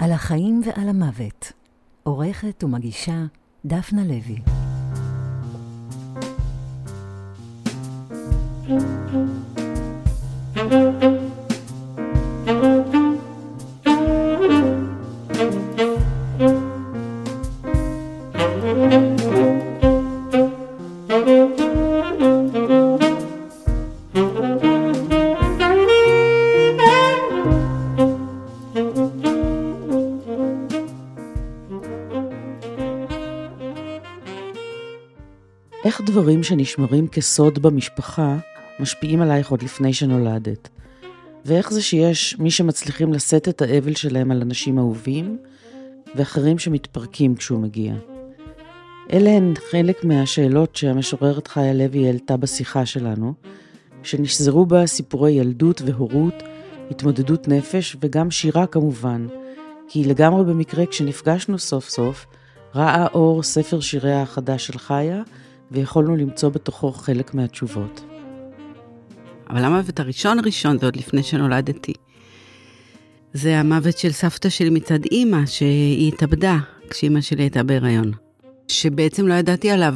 על החיים ועל המוות. עורכת ומגישה דפנה לוי. איך דברים שנשמרים כסוד במשפחה משפיעים עלייך עוד לפני שנולדת? ואיך זה שיש מי שמצליחים לשאת את האבל שלהם על אנשים אהובים, ואחרים שמתפרקים כשהוא מגיע? אלה הן חלק מהשאלות שהמשוררת חיה לוי העלתה בשיחה שלנו, שנשזרו בה סיפורי ילדות והורות, התמודדות נפש וגם שירה כמובן, כי לגמרי במקרה כשנפגשנו סוף סוף, ראה אור ספר שיריה החדש של חיה, ויכולנו למצוא בתוכו חלק מהתשובות. אבל המוות הראשון זה עוד לפני שנולדתי. זה המוות של סבתא שלי מצד אמא, שהיא התאבדה כשאמא שלי הייתה בהיריון. שבעצם לא ידעתי עליו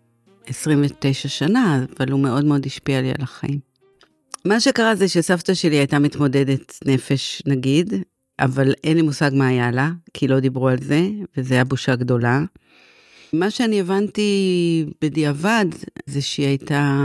29 שנה, אבל הוא מאוד מאוד השפיע לי על החיים. מה שקרה זה שסבתא שלי הייתה מתמודדת נפש נגיד, אבל אין לי מושג מה היה לה, כי לא דיברו על זה, וזה היה בושה גדולה. מה שאני הבנתי בדיעבד, זה שהיא הייתה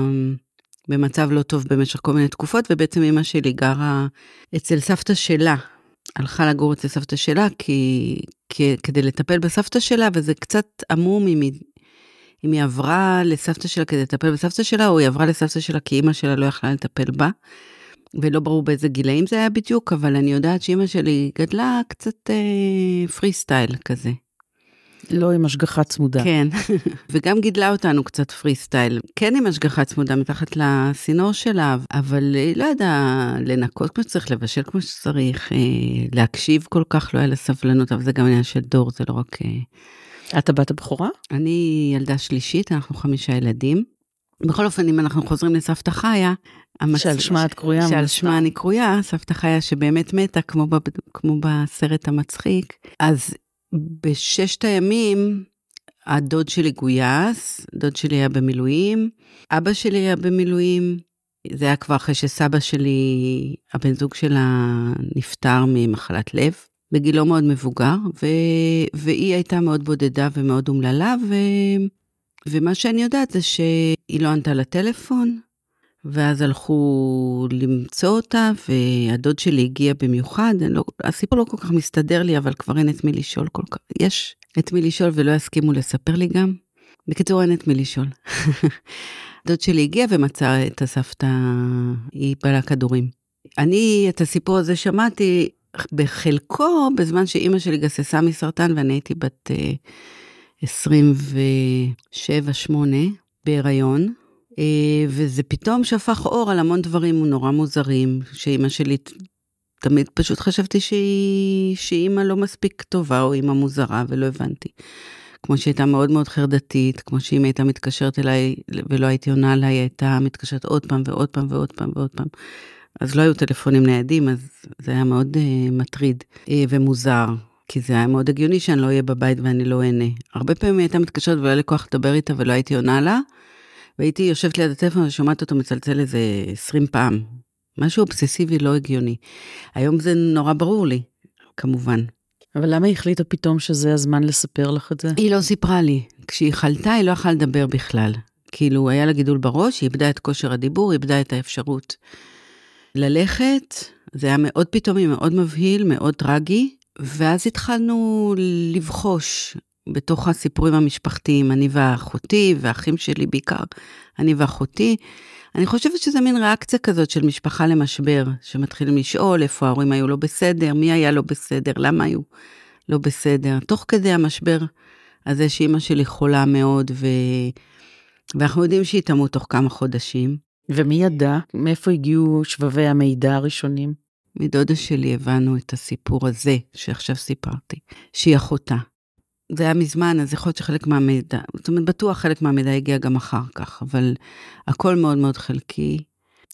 במצב לא טוב במשך כל מיני תקופות, ובעצם אמא שלי גרה אצל סבתא שלה, הלכה לגור אצל סבתא שלה, כדי לטפל בסבתא שלה, וזה קצת עמום אם היא עברה לסבתא שלה כדי לטפל בסבתא שלה, או היא עברה לסבתא שלה כי אמא שלה לא יכלה לטפל בה, ולא ברור באיזה גילאים זה היה בדיוק, אבל אני יודעת שאמא שלי גדלה קצת פרי סטייל כזה. לא עם השגחה צמודה. כן, וגם גידלה אותנו קצת פרי סטייל. כן עם השגחה צמודה מתחת לסינור שלה, אבל היא לא ידעה לנקות כמו שצריך, לבשל כמו שצריך, להקשיב כל כך, לא היה לה סבלנות, אבל זה גם עניין של דור, זה לא רק... את הבת הבכורה? אני ילדה שלישית, אנחנו 5 ילדים. בכל אופן, אם אנחנו חוזרים לסבתא חיה, שעל שמה את קרויה. שעל שמה אני קרויה, סבתא חיה שבאמת מתה, כמו בסרט המצחיק. אז בששת הימים, הדוד שלי גויס, דוד שלי היה במילואים, אבא שלי היה במילואים, זה היה כבר אחרי שסבא שלי, הבן זוג שלה נפטר ממחלת לב, בגילו מאוד מבוגר, והיא הייתה מאוד בודדה ומאוד אומללה, ומה שאני יודעת זה שהיא לא ענתה לטלפון, ואז הלכו למצוא אותה, והדוד שלי הגיע במיוחד, הסיפור לא כל כך מסתדר לי, אבל כבר אין את מי לשאול כל כך, יש את מי לשאול ולא הסכימו לספר לי גם, בקיצור אין את מי לשאול. הדוד שלי הגיע ומצא את הסבתא, היא בעלה כדורים. אני את הסיפור הזה שמעתי בחלקו, בזמן שאימא שלי גססה מסרטן, ואני הייתי בת 27-8 בהיריון, וזה פתאום שפך אור על המון דברים נורא מוזרים, שאמא שלי תמיד פשוט חשבתי שאמא לא מספיק טובה, או אמא מוזרה, ולא הבנתי. כמו שהייתה מאוד מאוד חרדתית, כמו שאמא הייתה מתקשרת אליי, ולא הייתי עונה עליי, הייתה מתקשרת עוד פעם ועוד פעם ועוד פעם ועוד פעם. אז לא היו טלפונים ניידים, אז זה היה מאוד מטריד ומוזר, כי זה היה מאוד הגיוני שאני לא אהיה בבית ואני לא אענה. הרבה פעמים הייתה מתקשרת ולא היה לי כוח לדבר איתה ולא הייתי עונה לה, והייתי יושבת ליד הטלפון ושומעת אותו מצלצל איזה 20 פעם. משהו אובססיבי לא הגיוני. היום זה נורא ברור לי, כמובן. אבל למה היא החליטה פתאום שזה הזמן לספר לך את זה? היא לא סיפרה לי. כשהיא חלתה, היא לא יכלה לדבר בכלל. כאילו, היה לה גידול בראש, היא איבדה את כושר הדיבור, היא איבדה את האפשרות ללכת. זה היה מאוד פתאומי, מאוד מבהיל, מאוד טרגי. ואז התחלנו לבחוש בתוך הסיפורים המשפחתיים, אני ואחותי, והאחים שלי בעיקר, אני ואחותי. אני חושבת שזה מין ריאקציה כזאת של משפחה למשבר, שמתחילים לשאול איפה ההורים היו לא בסדר, מי היה לא בסדר, למה היו לא בסדר. תוך כדי המשבר הזה שאמא שלי חולה מאוד, ואנחנו יודעים שהיא תמות תוך כמה חודשים. ומי ידע? מאיפה הגיעו שבבי המידע הראשונים? מדודה שלי הבנו את הסיפור הזה, שעכשיו סיפרתי, שהיא אחותה. זה היה מזמן, אז יכול להיות שחלק מהמידע, זאת אומרת, בטוח חלק מהמידע הגיע גם אחר כך, אבל הכל מאוד מאוד חלקי.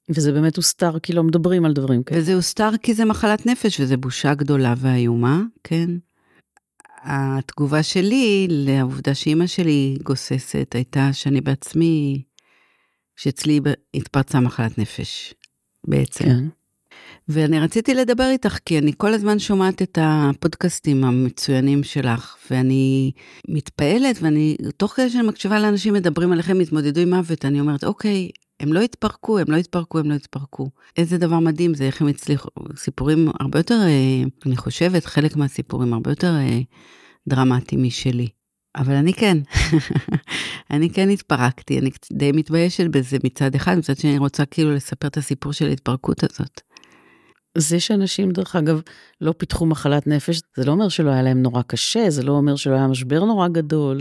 וזה באמת הוסתר, כי לא מדברים על דברים כאלה. וזה הוסתר כי זה מחלת נפש, וזה בושה גדולה ואיומה, כן? התגובה שלי לעובדה שאמא שלי גוססת, הייתה שאני בעצמי, שאצלי התפרצה מחלת נפש, בעצם. כן. ואני רציתי לדבר איתך, כי אני כל הזמן שומעת את הפודקאסטים המצוינים שלך, ואני מתפעלת, ואני, תוך כדי שאני מקשיבה לאנשים מדברים עליכם, מתמודדו עם מוות, אני אומרת, אוקיי, הם לא התפרקו, הם לא התפרקו, הם לא התפרקו. איזה דבר מדהים זה, איך הם הצליחו, סיפורים הרבה יותר, אני חושבת, חלק מהסיפורים הרבה יותר דרמטיים משלי. אבל אני כן, אני כן התפרקתי, אני די מתביישת בזה מצד אחד, מצד שאני רוצה כאילו לספר את הסיפור של ההתפרקות הזאת. זה שאנשים, דרך אגב, לא פיתחו מחלת נפש, זה לא אומר שלא היה להם נורא קשה, זה לא אומר שלא היה משבר נורא גדול.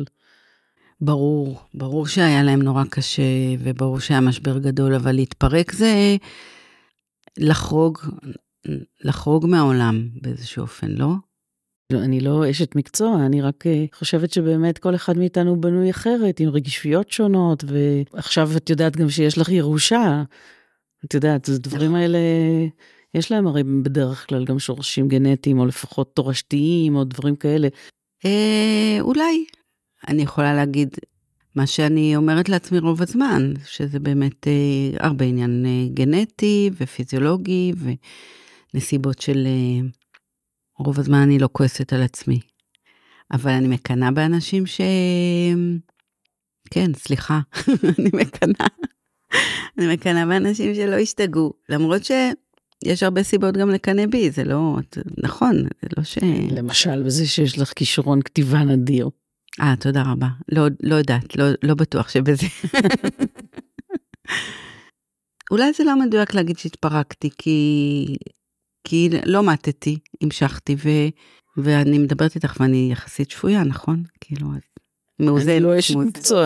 ברור שהיה להם נורא קשה, וברור שהיה משבר גדול, אבל להתפרק זה לחרוג מהעולם באיזשהו אופן, לא? אני לא אשת מקצוע, אני רק חושבת שבאמת כל אחד מאיתנו בנוי אחרת, עם רגישויות שונות, ועכשיו את יודעת גם שיש לך ירושה, את יודעת, הדברים האלה, יש להם הרי בדרך כלל גם שורשים גנטיים, או לפחות תורשתיים, או דברים כאלה. אולי. אני יכולה להגיד מה שאני אומרת לעצמי רוב הזמן, שזה באמת הרבה עניין גנטי ופיזיולוגי, ונסיבות של רוב הזמן אני לא כועסת על עצמי. אבל אני מקנה באנשים כן, סליחה, אני מקנה באנשים שלא השתגעו, למרות שיש הרבה סיבות גם לקנה בי, זה לא, נכון, זה לא למשל, בזה שיש לך כישרון כתיבה נדיר. תודה רבה. לא יודעת, לא בטוח שבזה. אולי זה לא מדויק להגיד שהתפרקתי, כי לא מתתי, המשכתי, ואני מדברת איתך, ואני יחסית שפויה, נכון? כאילו, מאוזן. אני לא אשת מקצוע.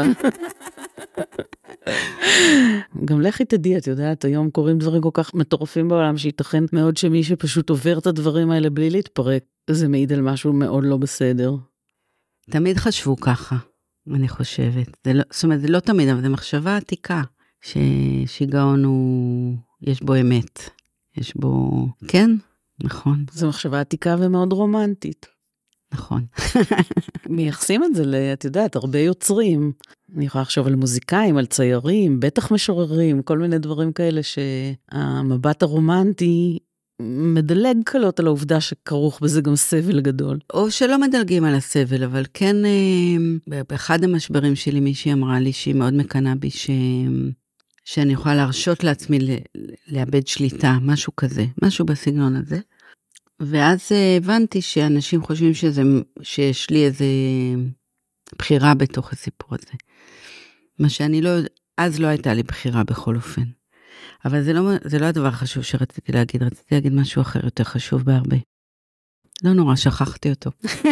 גם לכי תדעי, את יודעת, היום קוראים דברים כל כך מטורפים בעולם, שייתכן מאוד שמי שפשוט עובר את הדברים האלה בלי להתפרק, זה מעיד על משהו מאוד לא בסדר. תמיד חשבו ככה, אני חושבת. זאת אומרת, זה לא תמיד, אבל זו מחשבה עתיקה, ששיגעון יש בו אמת. יש בו, כן, נכון. זו מחשבה עתיקה ומאוד רומנטית. נכון. מייחסים את זה, את יודעת, הרבה יוצרים. אני יכולה לחשוב על מוזיקאים, על ציירים, בטח משוררים, כל מיני דברים כאלה שהמבט הרומנטי מדלג קלות על העובדה שכרוך בזה גם סבל גדול. או שלא מדלגים על הסבל, אבל כן, באחד המשברים שלי מישהי אמרה לי שהיא מאוד מקנה בי שאני יכולה להרשות לעצמי לאבד שליטה, משהו כזה, משהו בסגנון הזה. ואז הבנתי שאנשים חושבים שיש לי איזה בחירה בתוך הסיפור הזה. מה שאני לא, אז לא הייתה לי בחירה בכל אופן. אבל זה לא הדבר החשוב שרציתי להגיד, רציתי להגיד משהו אחר יותר חשוב בהרבה. לא נורא, שכחתי אותו.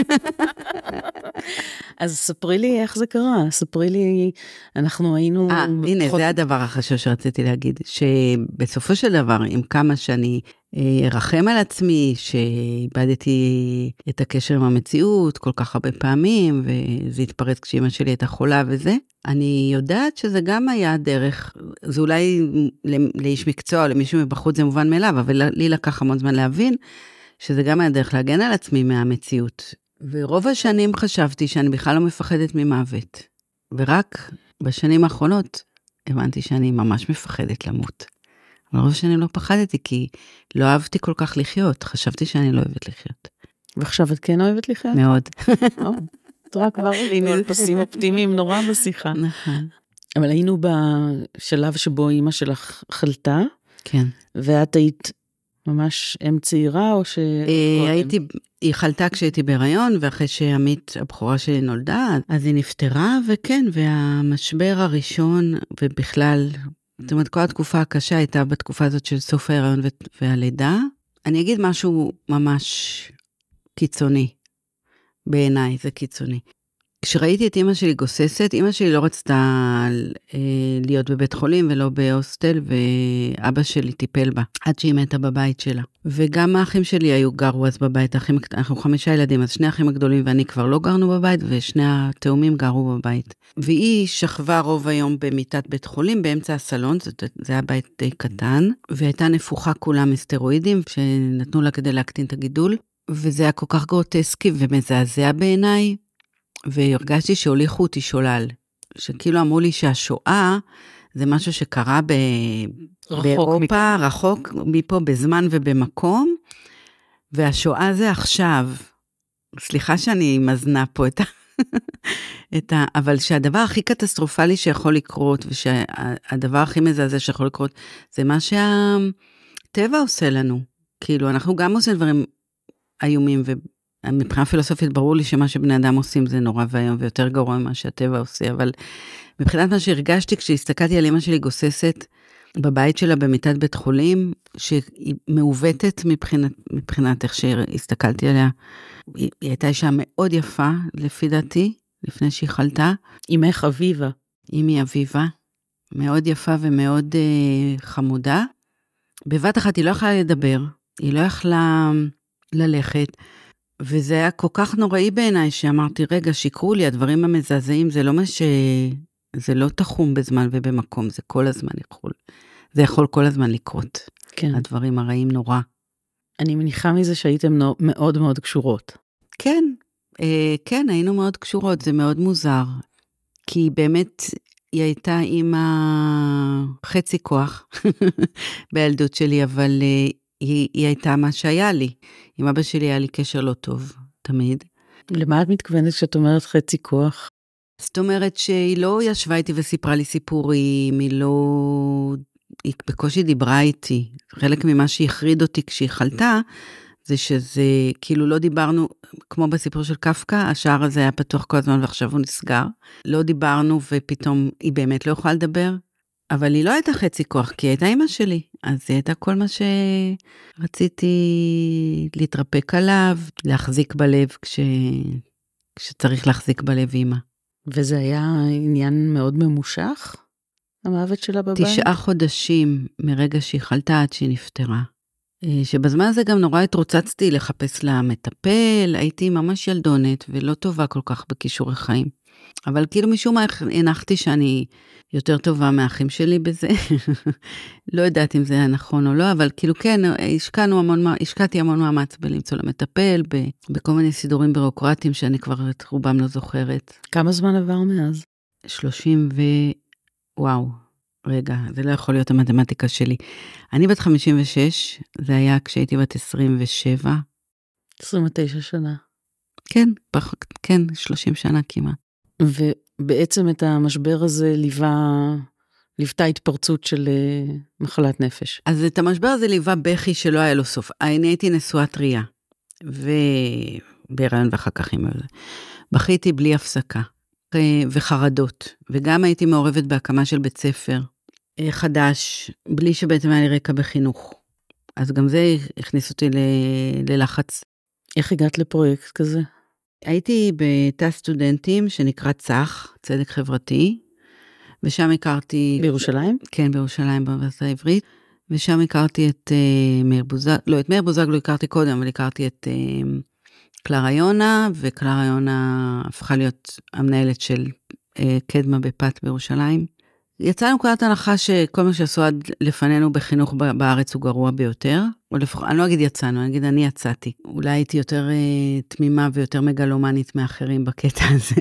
אז ספרי לי איך זה קרה, ספרי לי, אנחנו היינו... הנה, זה הדבר החשוב שרציתי להגיד, שבסופו של דבר, עם כמה שאני ארחם על עצמי, שאיבדתי את הקשר עם המציאות כל כך הרבה פעמים, וזה התפרץ כשאמא שלי הייתה חולה וזה, אני יודעת שזה גם היה דרך, זה אולי לאיש מקצוע, למישהו מבחוץ זה מובן מאליו, אבל לי לקח המון זמן להבין, שזה גם היה דרך להגן על עצמי מהמציאות. ורוב השנים חשבתי שאני בכלל לא מפחדת ממוות. ורק בשנים האחרונות הבנתי שאני ממש מפחדת למות. אבל רוב השנים לא פחדתי, כי לא אהבתי כל כך לחיות. חשבתי שאני לא אוהבת לחיות. ועכשיו את כן אוהבת לחיות? מאוד. את רואה כבר על פסים אופטימיים נורא בשיחה. נכון. אבל היינו בשלב שבו אמא שלך חלתה. כן. ואת היית ממש אם צעירה, או ש... היא חלתה כשהייתי בהיריון, ואחרי שעמית, הבחורה שלי נולדה, אז היא נפטרה, וכן, והמשבר הראשון, ובכלל, זאת אומרת, כל התקופה הקשה הייתה בתקופה הזאת של סוף ההיריון והלידה. אני אגיד משהו ממש קיצוני, בעיניי זה קיצוני. כשראיתי את אמא שלי גוססת, אמא שלי לא רצתה להיות בבית חולים ולא בהוסטל, ואבא שלי טיפל בה, עד שהיא מתה בבית שלה. וגם האחים שלי גרו אז בבית, אנחנו 5 ילדים, אז 2 האחים הגדולים ואני כבר לא גרנו בבית, ושני התאומים גרו בבית. והיא שכבה רוב היום במיטת בית חולים, באמצע הסלון, זה היה בית די קטן, והייתה נפוחה כולה מסטרואידים, שנתנו לה כדי להקטין את הגידול, וזה היה כל כך גרוטסקי ומזעזע בעיניי, והרגשתי שהוליכו אותי שולל, שכאילו אמרו לי שהשואה זה משהו שקרה באירופה, רחוק מפה בזמן ובמקום, והשואה זה עכשיו. סליחה שאני מזנה פה אבל שהדבר הכי קטסטרופלי שיכול לקרות, ושהדבר הכי מזעזע שיכול לקרות, זה מה שהטבע עושה לנו. כאילו, אנחנו גם עושים דברים איומים, ומבחינה פילוסופית ברור לי שמה שבני אדם עושים זה נורא והיום, ויותר גרוע ממה שהטבע עושה, אבל מבחינת מה שהרגשתי, כשהסתכלתי על אמא שלי גוססת, בבית שלה במיטת בית חולים, שהיא מעוותת מבחינת איך שהסתכלתי עליה, היא הייתה אישה מאוד יפה, לפי דעתי, לפני שהיא חלתה. אמך אביבה. אמי אביבה, מאוד יפה ומאוד חמודה. בבת אחת היא לא יכלה לדבר, היא לא יכלה ללכת, וזה היה כל כך נוראי בעיניי, שאמרתי, רגע, שיקרו לי, הדברים המזעזעים, זה לא מה זה לא תחום בזמן ובמקום, זה כל הזמן יכול. זה יכול כל הזמן לקרות. כן. הדברים הרעים נורא. אני מניחה מזה שהייתם מאוד מאוד קשורות. כן, כן, היינו מאוד קשורות, זה מאוד מוזר. כי באמת היא הייתה עם חצי כוח בילדות שלי, אבל היא הייתה מה שהיה לי. עם אבא שלי היה לי קשר לא טוב, תמיד. למה את מתכוונת כשאת אומרת חצי כוח? זאת אומרת שהיא לא ישבה איתי וסיפרה לי סיפורים, היא בקושי דיברה איתי. חלק ממה שהחריד אותי כשהיא חלתה, זה שזה, כאילו לא דיברנו, כמו בסיפור של קפקא, השער הזה היה פתוח כל הזמן ועכשיו הוא נסגר. לא דיברנו ופתאום היא באמת לא יכולה לדבר, אבל היא לא הייתה חצי כוח, כי היא הייתה אמא שלי. אז היא הייתה כל מה שרציתי להתרפק עליו, להחזיק בלב כשצריך להחזיק בלב אמא. וזה היה עניין מאוד ממושך, המוות שלה בבית? 9 חודשים מרגע שהיא חלתה עד שהיא נפטרה. שבזמן הזה גם נורא התרוצצתי לחפש לה מטפל, הייתי ממש ילדונת ולא טובה כל כך בכישורי חיים. אבל כאילו משום מה הנחתי שאני יותר טובה מהאחים שלי בזה. לא יודעת אם זה היה נכון או לא, אבל כאילו כן, השקעתי המון מאמץ בלמצוא למטפל, בכל מיני סידורים בירוקרטיים שאני כבר את רובם לא זוכרת. כמה זמן עבר מאז? 30 וואו, רגע, זה לא יכול להיות המתמטיקה שלי. אני בת 56, זה היה כשהייתי בת 27. 29 שנה. כן, 30 שנה כמעט. ובעצם את המשבר הזה ליוותה התפרצות של מחלת נפש. אז את המשבר הזה ליווה בכי שלא היה לו סוף. אני הייתי נשואה טריה, ובהיריון ואחר כך עם זה. בכיתי בלי הפסקה, וחרדות, וגם הייתי מעורבת בהקמה של בית ספר חדש, בלי שבעצם היה לי רקע בחינוך. אז גם זה הכניס אותי ללחץ. איך הגעת לפרויקט כזה? הייתי בתא סטודנטים שנקרא צח, צדק חברתי, ושם הכרתי... בירושלים? כן, בירושלים, באוניברסיטה העברית, ושם הכרתי את מאיר בוזגלו, לא, את מאיר בוזגלו הכרתי קודם, אבל הכרתי את קלרה יונה, וקלרה יונה הפכה להיות המנהלת של קדמה בפת בירושלים. יצאנו נקודת הנחה שכל מה שעשו עד לפנינו בחינוך בארץ הוא גרוע ביותר, או לפחות, אני לא אגיד יצאנו, אני אגיד אני יצאתי. אולי הייתי יותר תמימה ויותר מגלומנית מאחרים בקטע הזה.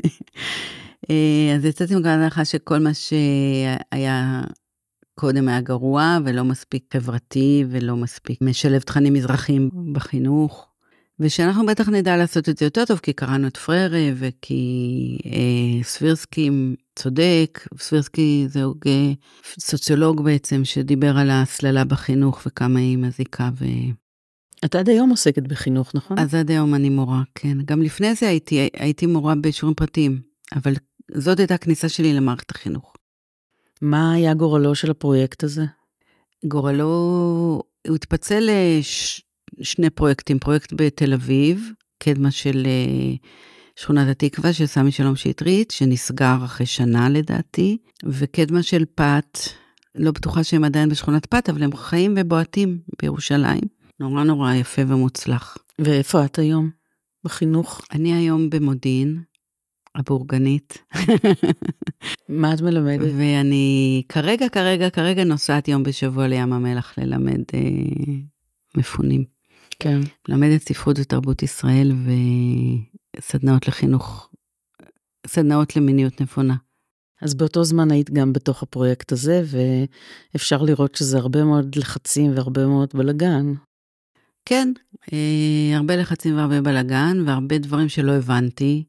אז יצאתי נקודת הנחה שכל מה שהיה קודם היה גרוע, ולא מספיק חברתי, ולא מספיק משלב תכנים מזרחיים בחינוך. ושאנחנו בטח נדע לעשות את זה יותר טוב, כי קראנו את פררה, וכי סבירסקי צודק, סבירסקי זהו סוציולוג בעצם, שדיבר על ההסללה בחינוך, וכמה היא מזיקה. את עד היום עוסקת בחינוך, נכון? אז עד היום אני מורה, כן. גם לפני זה הייתי מורה בשיעורים פרטיים, אבל זאת הייתה הכניסה שלי למערכת החינוך. מה היה גורלו של הפרויקט הזה? גורלו, הוא התפצל שני פרויקטים, פרויקט בתל אביב, קדמה של שכונת התקווה של סמי שלום שטרית, שנסגר אחרי שנה לדעתי, וקדמה של פת, לא בטוחה שהם עדיין בשכונת פת, אבל הם חיים ובועטים בירושלים. נורא נורא יפה ומוצלח. ואיפה את היום? בחינוך? אני היום במודיעין, הבורגנית. מה את מלמדת? ואני כרגע נוסעת יום בשבוע לים המלח ללמד מפונים. כן. מלמדת ספרות ותרבות ישראל וסדנאות לחינוך, סדנאות למיניות נבונה. אז באותו זמן היית גם בתוך הפרויקט הזה, ואפשר לראות שזה הרבה מאוד לחצים והרבה מאוד בלגן. כן, הרבה לחצים והרבה בלגן, והרבה דברים שלא הבנתי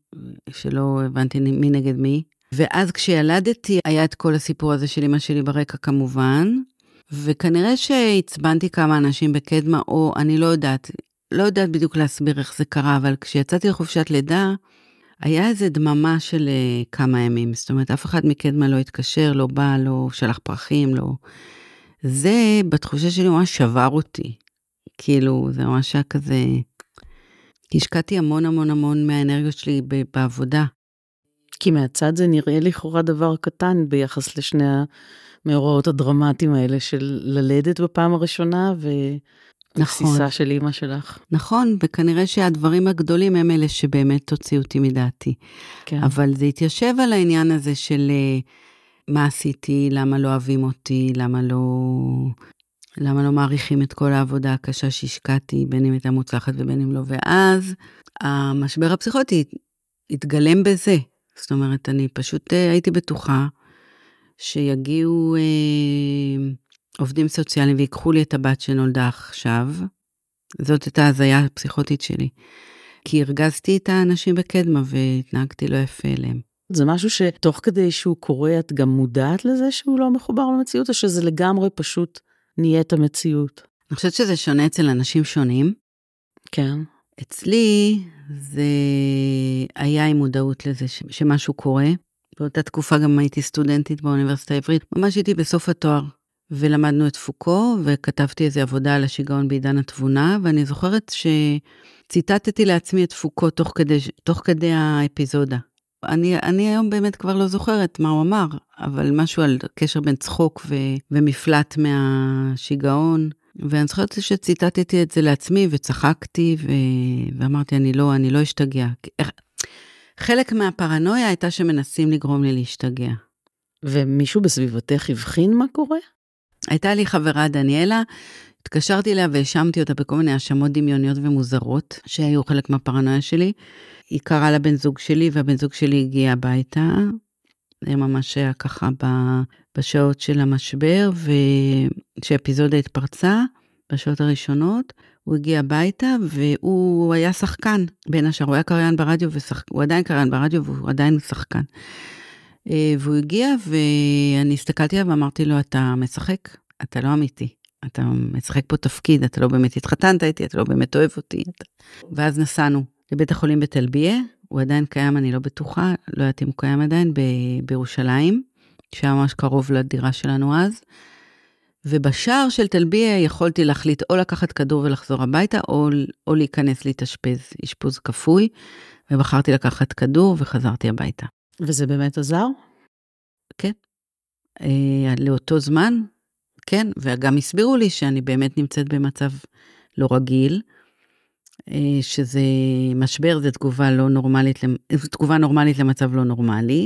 מי נגד מי. ואז כשילדתי, היה את כל הסיפור הזה של אמא שלי ברקע כמובן, וכנראה שהצבנתי כמה אנשים בקדמה, או אני לא יודעת בדיוק להסביר איך זה קרה, אבל כשיצאתי לחופשת לידה, היה איזה דממה של כמה ימים, זאת אומרת, אף אחד מקדמה לא התקשר, לא בא, לא שלח פרחים, לא... זה בתחושה שלי ממש שבר אותי. כאילו, זה ממש היה כזה... השקעתי המון מהאנרגיות שלי בעבודה. כי מהצד זה נראה לכאורה דבר קטן ביחס לשני המאורעות הדרמטיים האלה של ללדת בפעם הראשונה ותסיסה של אמא שלך. נכון, וכנראה שהדברים הגדולים הם אלה שבאמת תוציאו אותי מדעתי. כן. אבל זה התיישב על העניין הזה של מה עשיתי, למה לא אוהבים אותי, למה לא מעריכים את כל העבודה הקשה שהשקעתי, בין אם הייתה מוצלחת ובין אם לא, ואז המשבר הפסיכוטי התגלם בזה. זאת אומרת, אני פשוט הייתי בטוחה שיגיעו עובדים סוציאליים ויקחו לי את הבת שנולדה עכשיו. זאת הייתה הזיה הפסיכוטית שלי. כי הרגזתי את האנשים בקדמה והתנהגתי לא יפה אליהם. זה משהו שתוך כדי שהוא קורה, את גם מודעת לזה שהוא לא מחובר למציאות, או שזה לגמרי פשוט נהיית המציאות? אני חושבת שזה שונה אצל אנשים שונים. כן. אצלי זה היה עם מודעות לזה שמשהו קורה. באותה תקופה גם הייתי סטודנטית באוניברסיטה העברית. ממש הייתי בסוף התואר, ולמדנו את פוקו, וכתבתי איזו עבודה על השיגעון בעידן התבונה, ואני זוכרת שציטטתי לעצמי את פוקו תוך כדי האפיזודה. אני היום באמת כבר לא זוכרת מה הוא אמר, אבל משהו על קשר בין צחוק ומפלט מהשיגעון, ואני זוכרת שציטטתי את זה לעצמי וצחקתי ואמרתי אני לא אשתגע. חלק מהפרנויה הייתה שמנסים לגרום לי להשתגע. ומישהו בסביבתך הבחין מה קורה? הייתה לי חברה דניאלה, התקשרתי אליה והאשמתי אותה בכל מיני האשמות דמיוניות ומוזרות, שהיו חלק מהפרנויה שלי. היא קראה לבן זוג שלי, והבן זוג שלי הגיע הביתה. זה ממש היה ככה בשעות של המשבר, וכשאפיזודה התפרצה, בשעות הראשונות, הוא הגיע הביתה, והוא היה שחקן, בין השאר, הוא היה קריין ברדיו, הוא עדיין קריין ברדיו, והוא עדיין שחקן. והוא הגיע, ואני הסתכלתי עליו, ואמרתי לו, אתה משחק? אתה לא אמיתי. אתה משחק פה תפקיד, אתה לא באמת התחתנת איתי, אתה לא באמת אוהב אותי. ואז נסענו לבית החולים בתלביה, הוא עדיין קיים, אני לא בטוחה, לא יודעת אם הוא קיים עדיין, בירושלים, שהיה ממש קרוב לדירה שלנו אז, ובשער של תלביה יכולתי להחליט או לקחת כדור ולחזור הביתה, או להיכנס להתאשפז, אשפוז כפוי, ובחרתי לקחת כדור וחזרתי הביתה. וזה באמת עזר? כן. לאותו זמן, כן, וגם הסבירו לי שאני באמת נמצאת במצב לא רגיל, שזה משבר, זה תגובה נורמלית למצב לא נורמלי,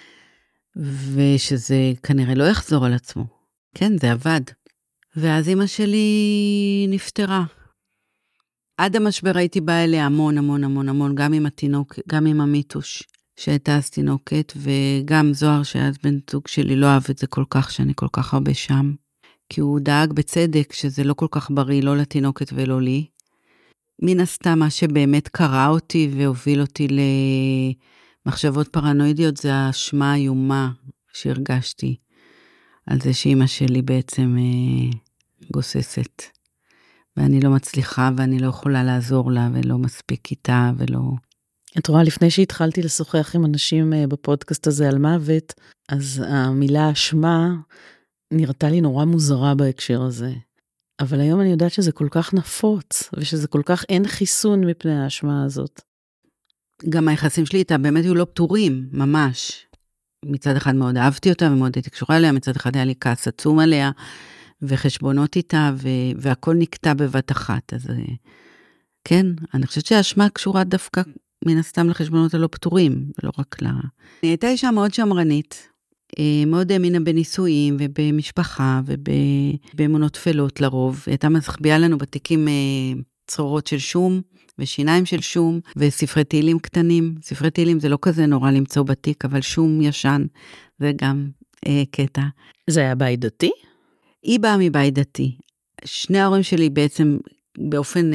ושזה כנראה לא יחזור על עצמו. כן, זה עבד. ואז אמא שלי נפטרה. עד המשבר הייתי באה אליה המון, גם עם התינוק, גם עם המיתוש, שהייתה אז תינוקת, וגם זוהר שאז בן זוג שלי לא אהב את זה כל כך, שאני כל כך הרבה שם. כי הוא דאג בצדק שזה לא כל כך בריא, לא לתינוקת ולא לי. מן הסתם מה שבאמת קרא אותי והוביל אותי למחשבות פרנואידיות, זה האשמה האיומה שהרגשתי על זה שאמא שלי בעצם גוססת. ואני לא מצליחה ואני לא יכולה לעזור לה ולא מספיק איתה ולא... את רואה, לפני שהתחלתי לשוחח עם אנשים בפודקאסט הזה על מוות, אז המילה אשמה נראתה לי נורא מוזרה בהקשר הזה. אבל היום אני יודעת שזה כל כך נפוץ, ושזה כל כך אין חיסון מפני האשמה הזאת. גם היחסים שלי איתה באמת היו לא פתורים, ממש. מצד אחד מאוד אהבתי אותה ומאוד הייתי קשורה אליה, מצד אחד היה לי כעס עצום עליה, וחשבונות איתה, והכל נקטע בבת אחת. אז כן, אני חושבת שהאשמה קשורה דווקא מן הסתם לחשבונות הלא פתורים, ולא רק לה. אני הייתה אישה מאוד שמרנית, מאוד האמינה בנישואים ובמשפחה ובאמונות תפלות לרוב. הייתה מחביאה לנו בתיקים צרורות של שום ושיניים של שום וספרי תהילים קטנים. ספרי תהילים זה לא כזה נורא למצוא בתיק, אבל שום ישן זה גם קטע. זה היה בית דתי? היא באה מבית דתי. שני ההורים שלי בעצם באופן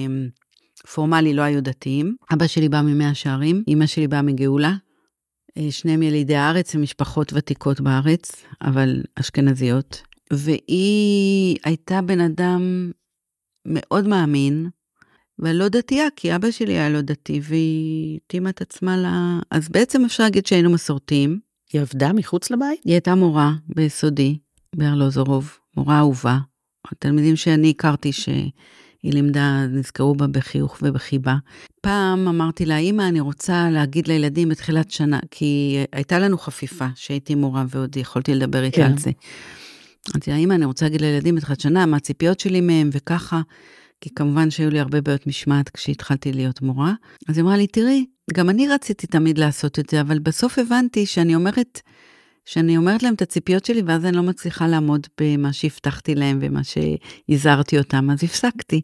פורמלי לא היו דתיים. אבא שלי בא ממאה שערים, אמא שלי באה מגאולה. שניהם ילידי הארץ, הם משפחות ותיקות בארץ, אבל אשכנזיות. והיא הייתה בן אדם מאוד מאמין, ולא דתייה, כי אבא שלי היה לא דתי, והיא התאימה את עצמה לה... אז בעצם אפשר להגיד שהיינו מסורתיים. היא עבדה מחוץ לבית? היא הייתה מורה ביסודי, בארלוזורוב, מורה אהובה. התלמידים שאני הכרתי היא לימדה, נזכרו בה בחיוך ובחיבה. פעם אמרתי לה, אמא, אני רוצה להגיד לילדים בתחילת שנה, כי הייתה לנו חפיפה שהייתי מורה ועוד יכולתי לדבר איתה על זה. אמרתי לה, אמא, אני רוצה להגיד לילדים בתחילת שנה, מה הציפיות שלי מהם וככה, כי כמובן שהיו לי הרבה בעיות משמעת כשהתחלתי להיות מורה. אז היא אמרה לי, תראי, גם אני רציתי תמיד לעשות את זה, אבל בסוף הבנתי שאני אומרת להם את הציפיות שלי, ואז אני לא מצליחה לעמוד במה שהבטחתי להם, ומה שהזהרתי אותם, אז הפסקתי.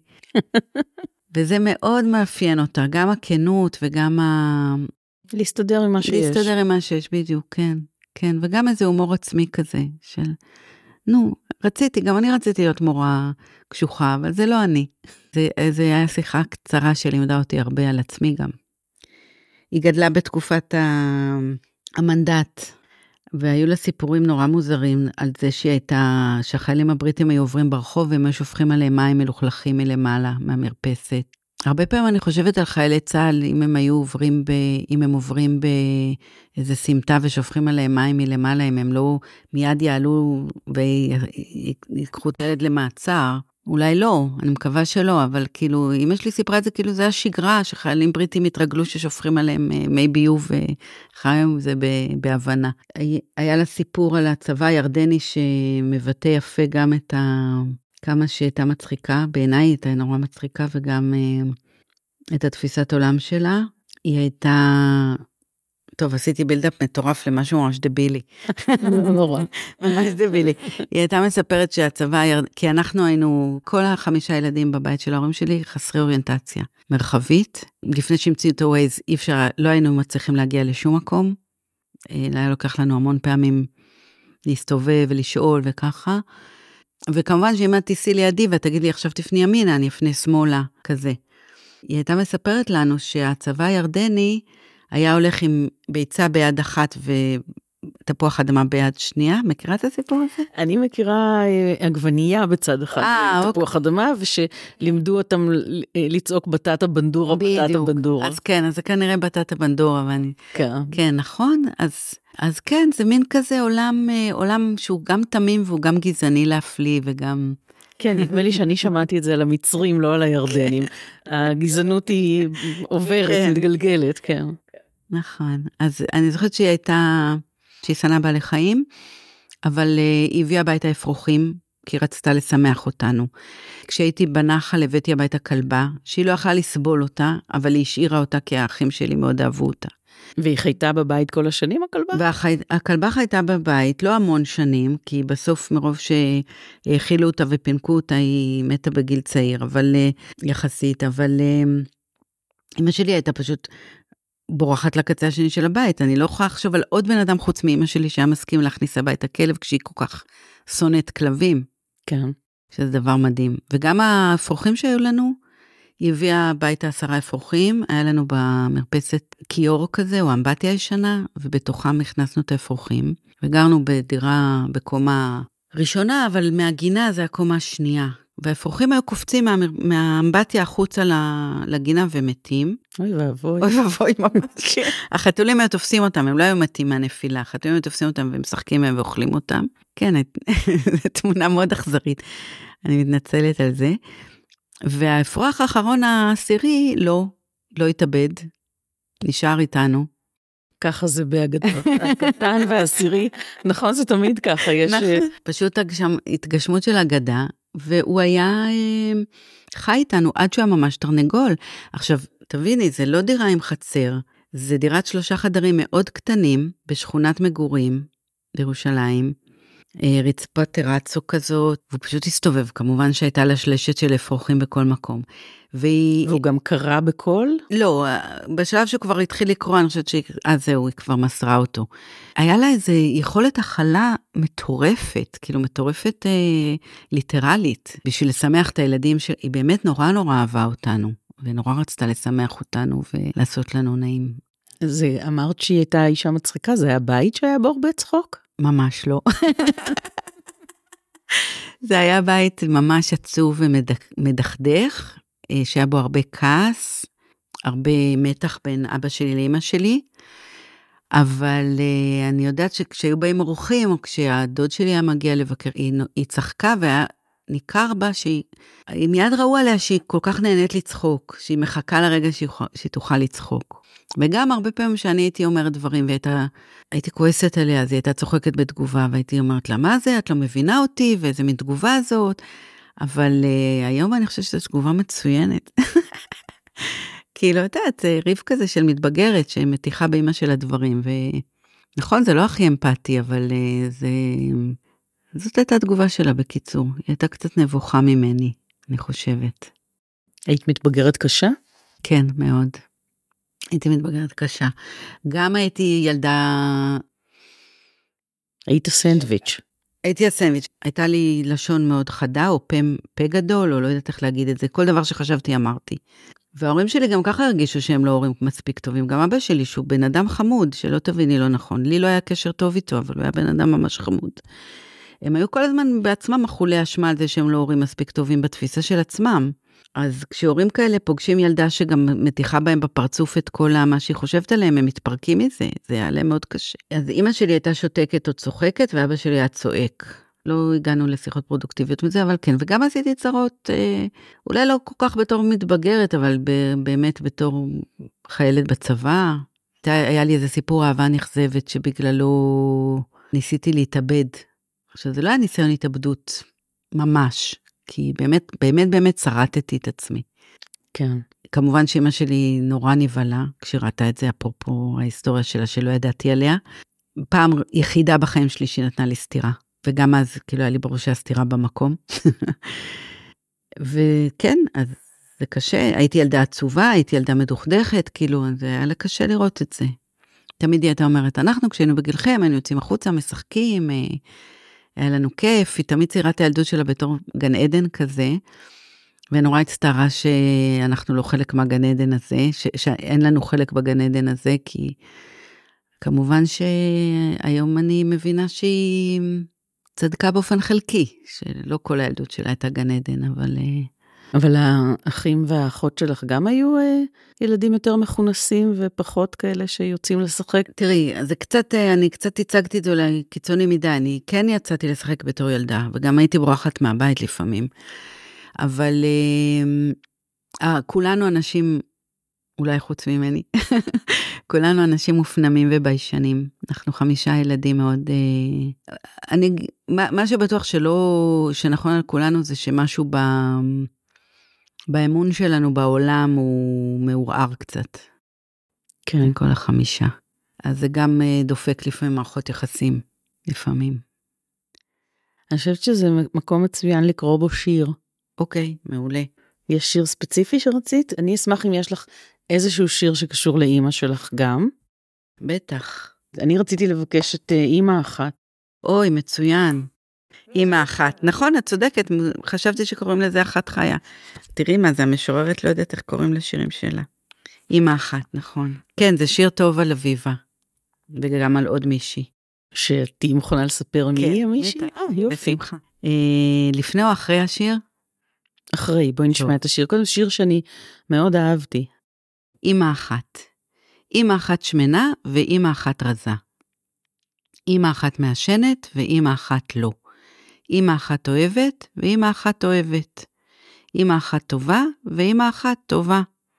וזה מאוד מאפיין אותה, גם הכנות, וגם להסתדר עם מה שיש. להסתדר עם מה שיש, בדיוק, כן. כן, וגם איזה הומור עצמי כזה, של, גם אני רציתי להיות מורה קשוחה, אבל זה לא אני. זה היה שיחה קצרה שלימדה אותי הרבה על עצמי גם. היא גדלה בתקופת המנדט, והיו לה סיפורים נורא מוזרים על זה שהחיילים הבריטים היו עוברים ברחוב, והם היו שופכים עליהם מים מלוכלכים מלמעלה, מהמרפסת. הרבה פעמים אני חושבת על חיילי צה"ל, אם הם עוברים באיזה סמטה ושופכים עליהם מים מלמעלה, אם הם לא מיד יעלו ויקחו את הילד למעצר, אולי לא, אני מקווה שלא, אבל כאילו, אמא שלי סיפרה את זה, כאילו זה השגרה, שחיילים בריטים התרגלו ששופכים עליהם מי ביוב, וחיים זה בהבנה. היה לה סיפור על הצבא הירדני, שמבטא יפה גם כמה שהייתה מצחיקה, בעיניי הייתה נורא מצחיקה, וגם את התפיסת עולם שלה. היא הייתה... טוב, עשיתי בילדאפ מטורף למשהו ממש דבילי. נורא. ממש דבילי. היא הייתה מספרת שהצבא, כי אנחנו היינו, כל 5 ילדים בבית של ההורים שלי, חסרי אוריינטציה מרחבית. לפני שהמציאו את ה-Waze, לא היינו מצליחים להגיע לשום מקום. היה לוקח לנו המון פעמים להסתובב ולשאול וככה. וכמובן שאם את תיסי לידי ותגיד לי עכשיו תפני ימינה, אני אפנה שמאלה, כזה. היא הייתה מספרת לנו שהצבא הירדני היה הולך עם ביצה ביד אחת ותפוח אדמה ביד שנייה. מכירה את הסיפור הזה? אני מכירה עגבנייה בצד אחד, תפוח אדמה, ושלימדו אותם לצעוק בטטה בנדורה, בטטה בנדורה. אז כן, אז זה כנראה בטטה בנדורה, כן, נכון? אז כן, זה מין כזה עולם שהוא גם תמים והוא גם גזעני להפליא וגם... כן, נדמה לי שאני שמעתי את זה על המצרים, לא על הירדנים. הגזענות היא עוברת, מתגלגלת, כן. נכון. אז אני זוכרת שהיא שנאה בעלי חיים, אבל היא הביאה הביתה אפרוחים, כי היא רצתה לשמח אותנו. כשהייתי בנחל, הבאתי הביתה כלבה, שהיא לא יכלה לסבול אותה, אבל היא השאירה אותה, כי האחים שלי מאוד אהבו אותה. והיא חייתה בבית כל השנים, הכלבה? והכלבה חייתה בבית, לא המון שנים, כי בסוף מרוב שהאכילו אותה ופינקו אותה, היא מתה בגיל צעיר, אבל יחסית, אבל אמא שלי הייתה פשוט בורחת לקצה השני של הבית, אני לא יכולה לחשוב על עוד בן אדם חוץ מאמא שלי, שהיה מסכים להכניס הביתה כלב, כשהיא כל כך שונאת כלבים. כן. שזה דבר מדהים. וגם האפרוחים שהיו לנו, היא הביאה הביתה 10 אפרוחים, היה לנו במרפסת קיור כזה, או אמבטיה ישנה, ובתוכם הכנסנו את האפרוחים, וגרנו בדירה בקומה ראשונה, אבל מהגינה זה הקומה השנייה. והאפרוחים היו קופצים מהאמבטיה החוצה לגינה ומתים. אוי ואבוי. אוי ואבוי ממש. החתולים היו תופסים אותם, הם לא היו מתים מהנפילה, החתולים היו תופסים אותם ומשחקים מהם ואוכלים אותם. כן, זו תמונה מאוד אכזרית. אני מתנצלת על זה. והאפרוח האחרון העשירי לא התאבד, נשאר איתנו. ככה זה באגדות, הקטן והעשירי, נכון, זה תמיד ככה, יש... פשוט התגשמות של אגדה, והוא היה חי איתנו עד שהוא היה ממש תרנגול. עכשיו, תביני, זה לא דירה עם חצר, זה דירת 3 חדרים מאוד קטנים, בשכונת מגורים, בירושלים, רצפת טרצו כזאת, והוא פשוט הסתובב, כמובן שהייתה לה שלשת של אפרוחים בכל מקום. והוא גם קרא בכל? לא, בשלב שהוא כבר התחיל לקרוא, אני חושבת זהו, היא כבר מסרה אותו. היה לה איזו יכולת הכלה מטורפת, כאילו מטורפת ליטרלית, בשביל לשמח את הילדים שלה, היא באמת נורא נורא אהבה אותנו, ונורא רצתה לשמח אותנו ולעשות לנו נעים. אמרת שהיא הייתה אישה מצחיקה, זה היה בית שהיה בו הרבה צחוק? ממש לא. זה היה בית ממש עצוב ומדכדך, שהיה בו הרבה כעס, הרבה מתח בין אבא שלי לאמא שלי, אבל אני יודעת שכשהיו באים אורחים, או כשהדוד שלי היה מגיע לבקר, היא צחקה, והיה ניכר בה שהיא מיד ראו עליה שהיא כל כך נהנית לצחוק, שהיא מחכה לרגע שהיא תוכל לצחוק. וגם הרבה פעמים שאני הייתי אומרת דברים, והייתי כועסת עליה, אז היא הייתה צוחקת בתגובה, והייתי אומרת לה, מה זה? את לא מבינה אותי, ואיזה מתגובה הזאת, אבל היום אני חושבת שזו תגובה מצוינת. כי לא יודעת, זה ריב כזה של מתבגרת, שמתיחה באמא של הדברים, ונכון, זה לא הכי אמפתי, אבל זאת הייתה התגובה שלה בקיצור, היא הייתה קצת נבוכה ממני, אני חושבת. היית מתבגרת קשה? כן, מאוד. הייתי מתבגרת קשה. גם הייתי ילדה... היית סנדוויץ'. הייתי הסנדוויץ'. הייתה לי לשון מאוד חדה, או פה גדול, או לא יודעת איך להגיד את זה. כל דבר שחשבתי אמרתי. וההורים שלי גם ככה הרגישו שהם לא הורים מספיק טובים. גם אבא שלי, שהוא בן אדם חמוד, שלא תביני לא נכון. לי לא היה קשר טוב איתו, אבל הוא היה בן אדם ממש חמוד. הם היו כל הזמן בעצמם מחולי אשמה על זה שהם לא הורים מספיק טובים בתפיסה של עצמם. אז כשהורים כאלה פוגשים ילדה שגם מתיחה בהם בפרצוף את כל מה שהיא חושבת עליהם, הם מתפרקים מזה, זה היה להם מאוד קשה. אז אמא שלי הייתה שותקת או צוחקת, ואבא שלי היה צועק. לא הגענו לשיחות פרודוקטיביות מזה, אבל כן, וגם עשיתי צרות, אולי לא כל כך בתור מתבגרת, אבל באמת בתור חיילת בצבא. היה לי איזה סיפור אהבה נכזבת, שבגללו ניסיתי להתאבד. עכשיו, זה לא היה ניסיון התאבדות, ממש. כי באמת שרטתי את עצמי. כן. כמובן שאמא שלי נורא נבלה, כשראתה את זה, אפרופו ההיסטוריה שלה שלא ידעתי עליה. פעם יחידה בחיים שלי שהיא נתנה לי סתירה, וגם אז כאילו היה לי בראש הסתירה במקום. וכן, אז זה קשה, הייתי ילדה עצובה, הייתי ילדה מדוכדכת, כאילו זה היה לה קשה לראות את זה. תמיד היא הייתה אומרת, אנחנו כשהיינו בגילכם, היינו יוצאים החוצה, משחקים, היה לנו כיף, היא תמיד ציירה את הילדות שלה בתור גן עדן כזה, ונורא הצטערה שאנחנו לא חלק מהגן עדן הזה, שאין לנו חלק בגן עדן הזה, כי כמובן שהיום אני מבינה שהיא צדקה באופן חלקי, שלא כל הילדות שלה הייתה גן עדן, אבל האחים והאחות שלך גם היו ילדים יותר מכונסים ופחות כאלה שיוצאים לשחק? תראי, זה קצת, אני קצת הצגתי את זה אולי קיצוני מדי, אני כן יצאתי לשחק בתור ילדה, וגם הייתי ברוחת מהבית לפעמים, אבל כולנו אנשים, אולי חוץ ממני, כולנו אנשים מופנמים וביישנים, אנחנו 5 ילדים מאוד, מה שבטוח שנכון על כולנו זה שמשהו באמון שלנו בעולם הוא מעורער קצת. כן. כל 5. אז זה גם דופק לפעמים מערכות יחסים, לפעמים. אני חושבת שזה מקום מצוין לקרוא בו שיר. אוקיי, מעולה. יש שיר ספציפי שרצית? אני אשמח אם יש לך איזשהו שיר שקשור לאמא שלך גם. בטח. אני רציתי לבקש את אמא אחת. אוי, מצוין. אמא אחת. נכון, את צודקת, חשבתי שקוראים לזה אחת חיה. תראי מה זה, המשוררת לא יודעת איך קוראים לשירים שלה. אמא אחת, נכון. כן, זה שיר טוב על אביבה, וגם על עוד מישהי. שתהי מוכנה לספר מי היא המישהי? יופי. בשמחה. לפני או אחרי השיר? אחרי, בואי נשמע את השיר. קודם שיר שאני מאוד אהבתי. אמא אחת. אמא אחת שמנה ואמא אחת רזה. אמא אחת מעשנת ואמא אחת לא. אמא אחת אוהבת ואמא אחת אוהבת. אמא אחת טובה ואמא אחת טובה.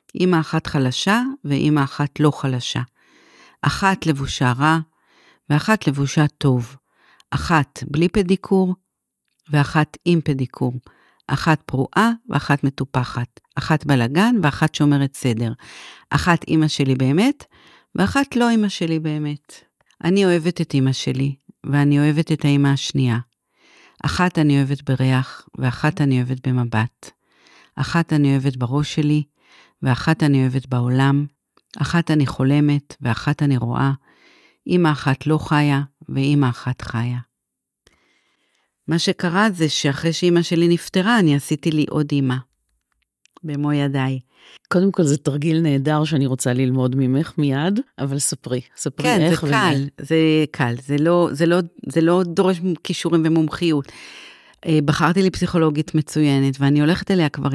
אמא אחת חלשה ואמא אחת לא חלשה. אחת לבושה רע ואחת לבושה טוב. אחת בלי פדיקור ואחת עם פדיקור. אחת פרועה ואחת מטופחת. אחת בלגן ואחת שומרת סדר. אחת אמא שלי באמת ואחת לא אמא שלי באמת. אני אוהבת את אמא שלי ואני אוהבת את האמא השנייה. אחת אני אוהבת בריח ואחת אני אוהבת במבט. אחת אני אוהבת בראש שלי ואחת אני אוהבת בעולם. אחת אני חולמת ואחת אני רואה. אמא אחת לא חיה ואמא אחת חיה. מה שקרה זה שאחרי שאמא שלי נפטרה, אני עשיתי לי עוד אמא. במו ידיי. קודם כל זה תרגיל נהדר שאני רוצה ללמוד ממך מיד, אבל ספרי כן, איך זה קל, זה קל, זה לא דורש כישורים ומומחיות. בחרתי לי פסיכולוגית מצוינת, ואני הולכת אליה כבר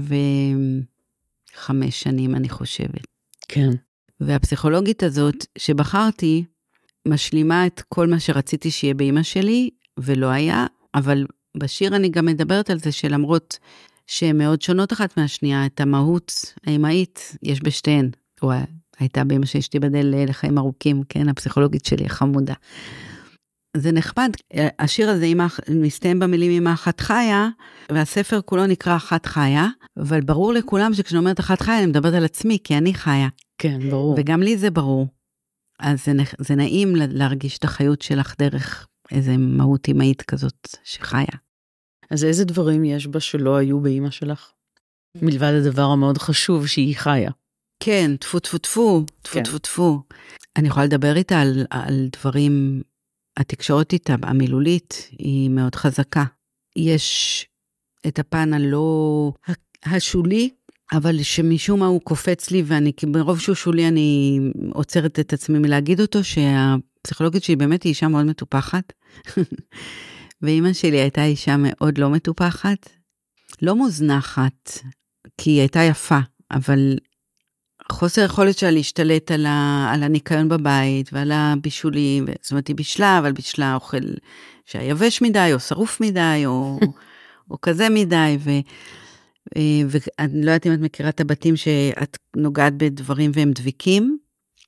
25 שנים, אני חושבת. כן. והפסיכולוגית הזאת שבחרתי, משלימה את כל מה שרציתי שיהיה באמא שלי, ולא היה, אבל בשיר אני גם מדברת על זה שלמרות שהן מאוד שונות אחת מהשנייה, את המהות האמאית יש בשתיהן. הייתה באמא שתיבדל לחיים ארוכים, כן, הפסיכולוגית שלי החמודה. זה נחמד, השיר הזה מסתיים במילים אמא אחת חיה, והספר כולו נקרא אחת חיה, אבל ברור לכולם שכשאני אומרת אחת חיה, אני מדברת על עצמי, כי אני חיה. כן, ברור. וגם לי זה ברור. אז זה נעים להרגיש את החיות שלך דרך איזה מהות אמאית כזאת שחיה. אז איזה דברים יש בה שלא היו באמא שלך? מלבד הדבר המאוד חשוב שהיא חיה. כן, טפו. אני יכולה לדבר איתה על דברים, התקשורת איתה, המילולית, היא מאוד חזקה. יש את הפן הלא השולי, אבל שמשום מה הוא קופץ לי, ואני, ברוב שהוא שולי, אני עוצרת את עצמי מלהגיד אותו, שהפסיכולוגית שלי באמת היא אישה מאוד מטופחת, ואמא שלי הייתה אישה מאוד לא מטופחת, לא מוזנחת, כי היא הייתה יפה, אבל חוסר יכולת שלה להשתלט על הניקיון בבית, ועל הבישולים, זאת אומרת, היא בישלה, אבל בישלה אוכל שהיבש מדי, או שרוף מדי, או כזה מדי, ואני לא יודעת אם את מכירה את הבתים שאת נוגעת בדברים והם דביקים,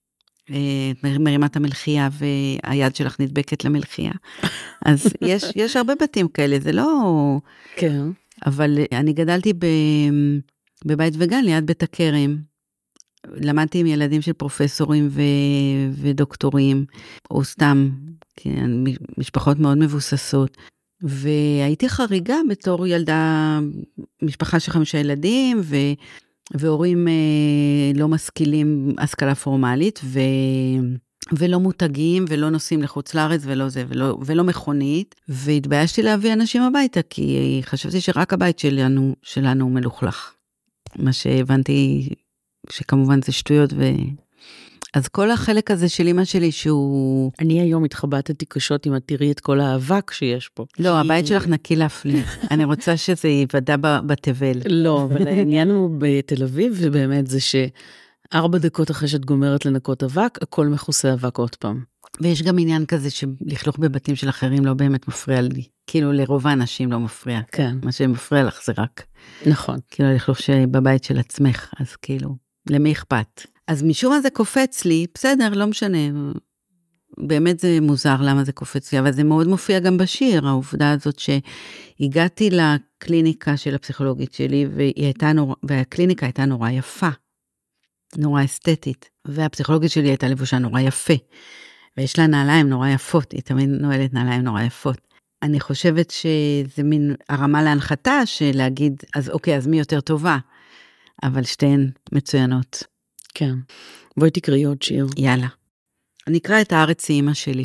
מרימה את המלחייה והיד שלך נדבקת למלחייה. אז יש הרבה בתים כאלה, זה לא... כן. אבל אני גדלתי בבית וגן ליד בית הכרם. למדתי עם ילדים של פרופסורים ודוקטורים, או סתם, כן, משפחות מאוד מבוססות. והייתי חריגה בתור ילדה, משפחה של 5 ילדים, והורים לא משכילים השכלה פורמלית, ולא מותגים, ולא נוסעים לחוץ לארץ, ולא זה, ולא מכונית, והתביישתי להביא אנשים הביתה, כי חשבתי שרק הבית שלנו הוא מלוכלך. מה שהבנתי שכמובן זה שטויות, אז כל החלק הזה של אמא שלי שהוא... אני היום התחבטתי קשות אם את תראי את כל האבק שיש פה. לא, הבית שלך נקי להפליא. אני רוצה שזה ייוודע בתבל. לא, אבל העניין הוא בתל אביב, ובאמת זה ש4 דקות אחרי שאת גומרת לנקות אבק, הכל מכוסה אבק עוד פעם. ויש גם עניין כזה שלכלוך בבתים של אחרים לא באמת מפריע לי. כאילו לרוב האנשים לא מפריע. כן. מה שמפריע לך זה רק. נכון. כאילו לכלוך שבבית של עצמך, אז כאילו, למי אכפת? אז משום מה זה קופץ לי, בסדר, לא משנה. באמת זה מוזר למה זה קופץ לי, אבל זה מאוד מופיע גם בשיר, העובדה הזאת שהגעתי לקליניקה של הפסיכולוגית שלי, והקליניקה הייתה נורא יפה, נורא אסתטית, והפסיכולוגית שלי הייתה לבושה נורא יפה, ויש לה נעליים נורא יפות, היא תמיד נועלת נעליים נורא יפות. אני חושבת שזה מין הרמה להנחתה של להגיד, אז אוקיי, אז מי יותר טובה? אבל שתיהן מצוינות. כן. בואי תקראי עוד שיר. יאללה. אני אקרא את הארץ היא אמא שלי,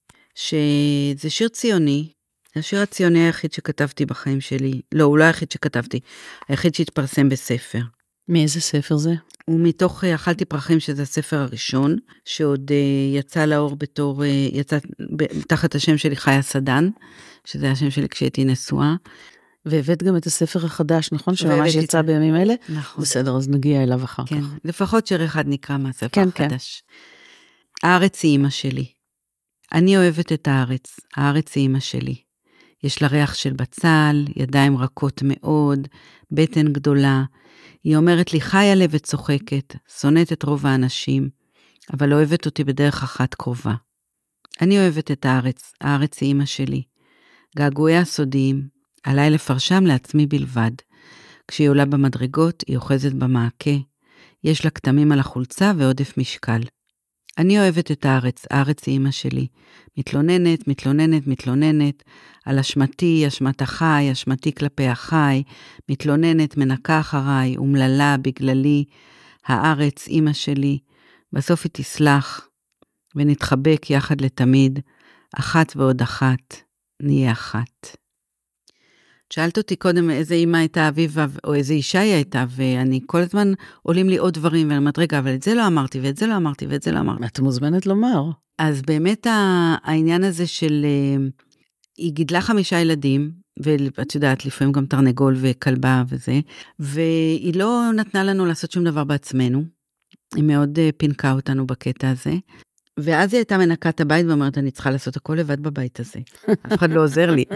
שזה שיר ציוני, זה השיר הציוני היחיד שכתבתי בחיים שלי. לא, הוא לא היחיד שכתבתי, היחיד שהתפרסם בספר. מאיזה ספר זה? הוא מתוך אכלתי פרחים, שזה הספר הראשון, שעוד יצא לאור יצא תחת השם שלי חיה סדן, שזה השם שלי כשהייתי נשואה. והבאת גם את הספר החדש, נכון? שממש יצא בימים אלה? נכון. בסדר, אז נגיע אליו אחר כן, כך. לפחות שיר אחד נקרא מהספר כן, החדש. כן. הארץ היא אמא שלי. אני אוהבת את הארץ, הארץ היא אמא שלי. יש לה ריח של בצל, ידיים רכות מאוד, בטן גדולה, היא אומרת לי, חיה לב וצוחקת, שונאת את רוב האנשים, אבל אוהבת אותי בדרך אחת קרובה. אני אוהבת את הארץ, הארץ היא אמא שלי. געגועי הסודיים, עליי לפרשם לעצמי בלבד. כשהיא עולה במדרגות, היא אוחזת במעקה. יש לה כתמים על החולצה ועודף משקל. אני אוהבת את הארץ, הארץ היא אמא שלי. מתלוננת, מתלוננת, מתלוננת, על אשמתי, אשמת החי, אשמתי כלפי החי, מתלוננת, מנקה אחריי, ומללה בגללי, הארץ אמא שלי. בסוף היא תסלח, ונתחבק יחד לתמיד, אחת ועוד אחת, נהיה אחת. שאלת אותי קודם איזה אמא הייתה אביבה, או איזה אישה היא הייתה, ואני כל הזמן עולים לי עוד דברים, ואני אומרת, רגע, אבל את זה לא אמרתי, ואת זה לא אמרתי, ואת זה לא אמרתי. את מוזמנת לומר. אז באמת העניין הזה של, היא גידלה 5 ילדים, ואת יודעת, לפעמים גם תרנגול וכלבה וזה, והיא לא נתנה לנו לעשות שום דבר בעצמנו, היא מאוד פינקה אותנו בקטע הזה, ואז היא הייתה מנקת הבית, ואומרת, אני צריכה לעשות הכל לבד בבית הזה, אף אחד לא עוזר לי.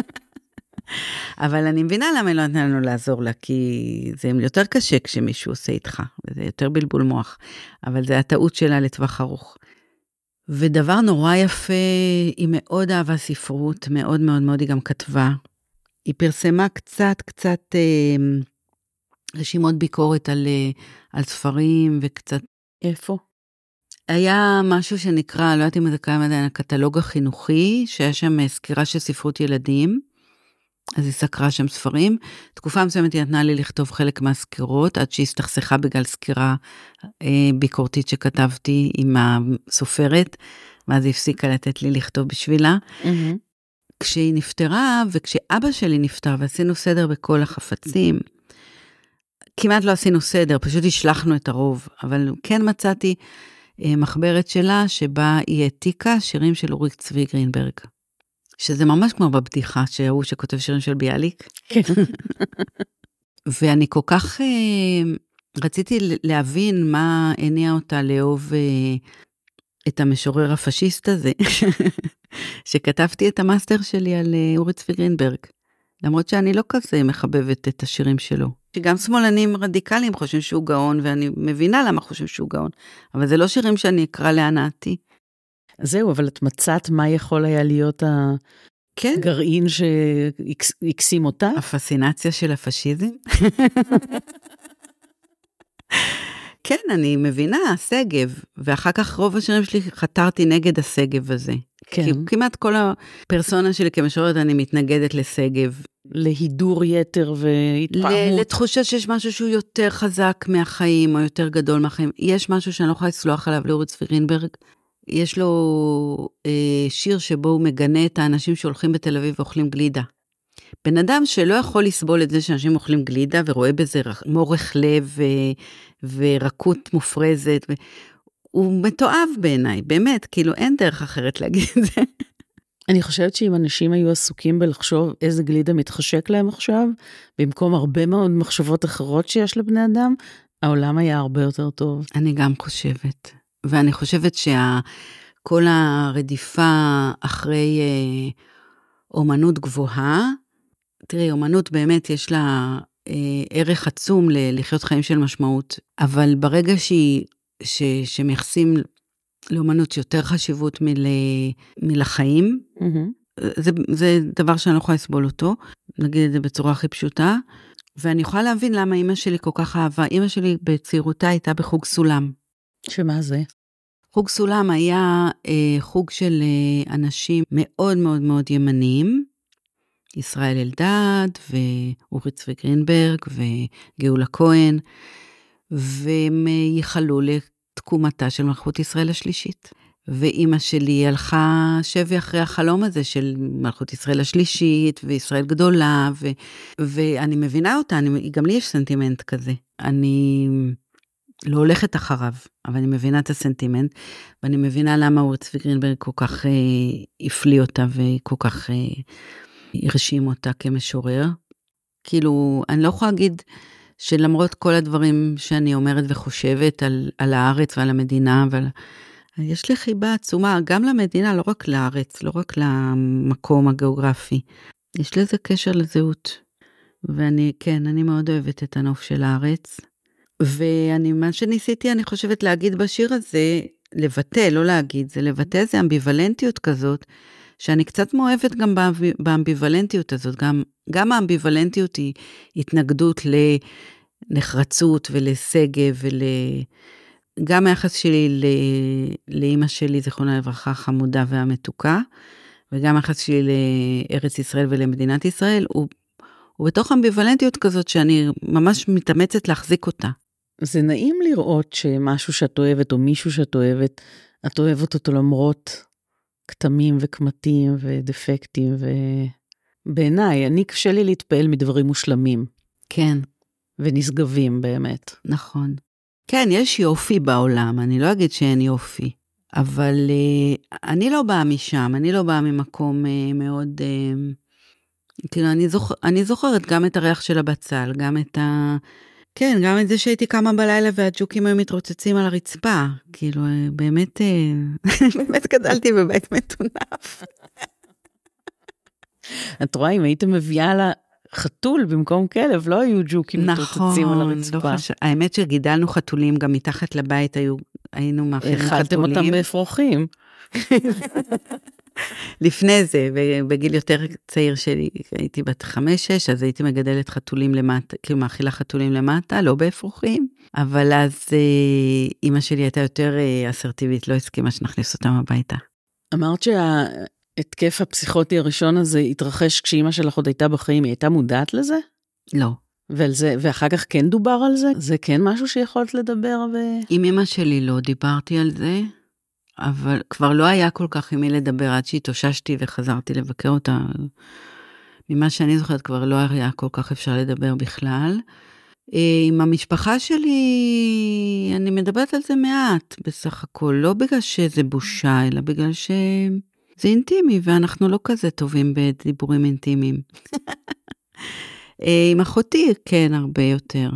אבל אני מבינה למה היא לא נתנה לנו לעזור לה, כי זה יותר קשה כשמישהו עושה איתך, וזה יותר בלבול מוח, אבל זה הטעות שלה לטווח ארוך. ודבר נורא יפה, היא מאוד אהבה ספרות, מאוד מאוד מאוד היא גם כתבה, היא פרסמה קצת רשימות ביקורת על ספרים וקצת... איפה? היה משהו שנקרא, לא יודעת אם זה קיים עדיין, הקטלוג החינוכי, שהיה שם סקירה של ספרות ילדים, אז היא סקרה שם ספרים. תקופה מסוימת היא נתנה לי לכתוב חלק מהסקירות, עד שהיא הסתכסכה בגלל סקירה ביקורתית שכתבתי עם הסופרת, ואז היא הפסיקה לתת לי לכתוב בשבילה. כשהיא נפטרה, וכשאבא שלי נפטר, ועשינו סדר בכל החפצים, כמעט לא עשינו סדר, פשוט השלחנו את הרוב, אבל כן מצאתי מחברת שלה, שבה היא העתיקה שירים של אורי צבי גרינברג. שזה ממש כמו בבדיחה, שהוא שכותב שירים של ביאליק. כן. ואני כל כך רציתי להבין מה הניע אותה לאהוב את המשורר הפשיסט הזה, שכתבתי את המאסטר שלי על אורי צבי גרינברג, למרות שאני לא כזה מחבבת את השירים שלו. שגם שמאלנים רדיקליים חושבים שהוא גאון, ואני מבינה למה חושבים שהוא גאון, אבל זה לא שירים שאני אקרא להנאתי. זהו, אבל את מצאת מה יכול היה להיות הגרעין שהקסים אותה? הפסינציה של הפשיזם. כן, אני מבינה, הסגב, ואחר כך רוב השירים שלי חתרתי נגד הסגב הזה. כן. כי כמעט כל הפרסונה שלי כמשוררת אני מתנגדת לסגב. להידור יתר והתפעמות. לתחושה שיש משהו שהוא יותר חזק מהחיים, או יותר גדול מהחיים. יש משהו שאני לא יכולה לסלוח עליו לאורי צבי גרינברג. יש לו שיר שבו הוא מגנה את האנשים שהולכים בתל אביב ואוכלים גלידה. בן אדם שלא יכול לסבול את זה שאנשים אוכלים גלידה, ורואה בזה מורך לב ורקות מופרזת, הוא מתואב בעיניי, באמת, כאילו אין דרך אחרת להגיד את זה. אני חושבת שאם אנשים היו עסוקים בלחשוב איזה גלידה מתחשק להם עכשיו, במקום הרבה מאוד מחשבות אחרות שיש לבני אדם, העולם היה הרבה יותר טוב. אני גם חושבת. ואני חושבת שכל הרדיפה אחרי אומנות גבוהה, תראי, אומנות באמת יש לה ערך עצום לחיות חיים של משמעות, אבל ברגע שמייחסים לאומנות יותר חשיבות מלחיים, זה דבר שאני לא יכולה לסבול אותו, נגיד את זה בצורה הכי פשוטה, ואני יכולה להבין למה אמא שלי כל כך אהבה. אמא שלי בצעירותה הייתה בחוג סולם. שמה זה? חוג סולם היה חוג של אנשים מאוד מאוד מאוד ימניים, ישראל אלדד ואורי צבי גרינברג וגאולה כהן, והם ייחלו לתקומתה של מלכות ישראל השלישית. ואימא שלי הלכה שבי אחרי החלום הזה של מלכות ישראל השלישית וישראל גדולה, ואני מבינה אותה, גם לי יש סנטימנט כזה. אני לא הולכת אחריו, אבל אני מבינה את הסנטימנט, ואני מבינה למה אורי צבי גרינברג כל כך הפליא אותה, וכל כך הרשים אותה כמשורר. כאילו, אני לא יכולה להגיד שלמרות כל הדברים שאני אומרת וחושבת על הארץ ועל המדינה, יש לי חיבה עצומה גם למדינה, לא רק לארץ, לא רק למקום הגיאוגרפי. יש לזה קשר לזהות. ואני, כן, אני מאוד אוהבת את הנוף של הארץ. מה שניסיתי, אני חושבת להגיד בשיר הזה, לבטא, לא להגיד, זה לבטא זה אמביוולנטיות כזאת, שאני קצת מאוהבת גם באמביוולנטיות הזאת, גם האמביוולנטיות היא התנגדות לנחרצות ולסגב, גם היחס שלי לאמא שלי, זכרונה לברכה, חמודה והמתוקה, וגם היחס שלי לארץ ישראל ולמדינת ישראל, הוא בתוך אמביוולנטיות כזאת שאני ממש מתאמצת להחזיק אותה. זה נעים לראות שמשהו שאת אוהבת, או מישהו שאת אוהבת, את אוהבת אותו למרות כתמים וקמטים ודפקטים, ובעיניי, אני קשה לי להתפעל מדברים מושלמים. כן. ונשגבים באמת. נכון. כן, יש יופי בעולם, אני לא אגיד שאין יופי, אבל אני לא באה משם, אני לא באה ממקום מאוד, כאילו אני זוכרת גם את הריח של הבצל, גם את כן, גם את זה שהייתי קמה בלילה והג'וקים היו מתרוצצים על הרצפה, כאילו באמת גדלתי בבית מטונף. את רואה, אם הייתם מביאה לה חתול במקום כלב, לא היו ג'וקים מתרוצצים על הרצפה. נכון, האמת שגידלנו חתולים, גם מתחת לבית היינו מאכילים חתולים. אכלתם אותם באפרוחים. לפני זה, בגיל יותר צעיר שלי, הייתי בת 5-6, אז הייתי מגדלת חתולים למטה, כאילו מאכילה חתולים למטה, לא באפרוחים, אבל אז אמא שלי הייתה יותר אסרטיבית, לא הסכימה שנכניס אותם הביתה. אמרת שההתקף הפסיכוטי הראשון הזה התרחש כשאמא שלך עוד הייתה בחיים, היא הייתה מודעת לזה? לא. ואחר כך כן דובר על זה? זה כן משהו שיכולת לדבר עם אמא שלי לא דיברתי על זה, אבל כבר לא היה כל כך עם מי לדבר עד שהתאוששתי וחזרתי לבקר אותה. ממה שאני זוכרת כבר לא היה כל כך אפשר לדבר בכלל. עם המשפחה שלי אני מדברת על זה מעט בסך הכל, לא בגלל שזה בושה, אלא בגלל שזה אינטימי ואנחנו לא כזה טובים בדיבורים אינטימיים. עם אחותי כן הרבה יותר.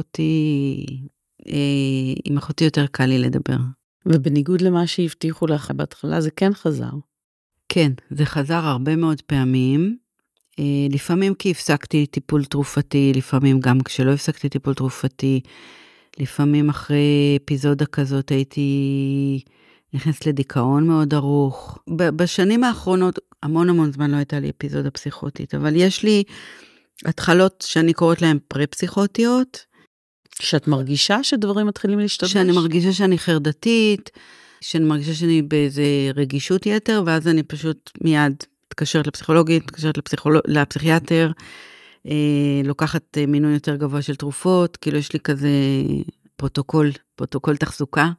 עם אחותי יותר קל לי לדבר. ובניגוד למה שהבטיחו לך בהתחלה, זה כן חזר. כן, זה חזר הרבה מאוד פעמים. לפעמים כי הפסקתי טיפול תרופתי, לפעמים גם כשלא הפסקתי טיפול תרופתי, לפעמים אחרי אפיזודה כזאת הייתי נכנסת לדיכאון מאוד ארוך. בשנים האחרונות, המון זמן לא הייתה לי אפיזודה פסיכוטית, אבל יש לי התחלות שאני קוראת להן פרה-פסיכוטיות, שאת מרגישה שדברים מתחילים להשתבש? שאני מרגישה שאני חרדתית, שאני מרגישה שאני באיזה רגישות יתר, ואז אני פשוט מיד מתקשרת לפסיכולוגית, מתקשרת לפסיכיאטר, לוקחת מינון יותר גבוה של תרופות, כאילו יש לי כזה פרוטוקול תחזוקה,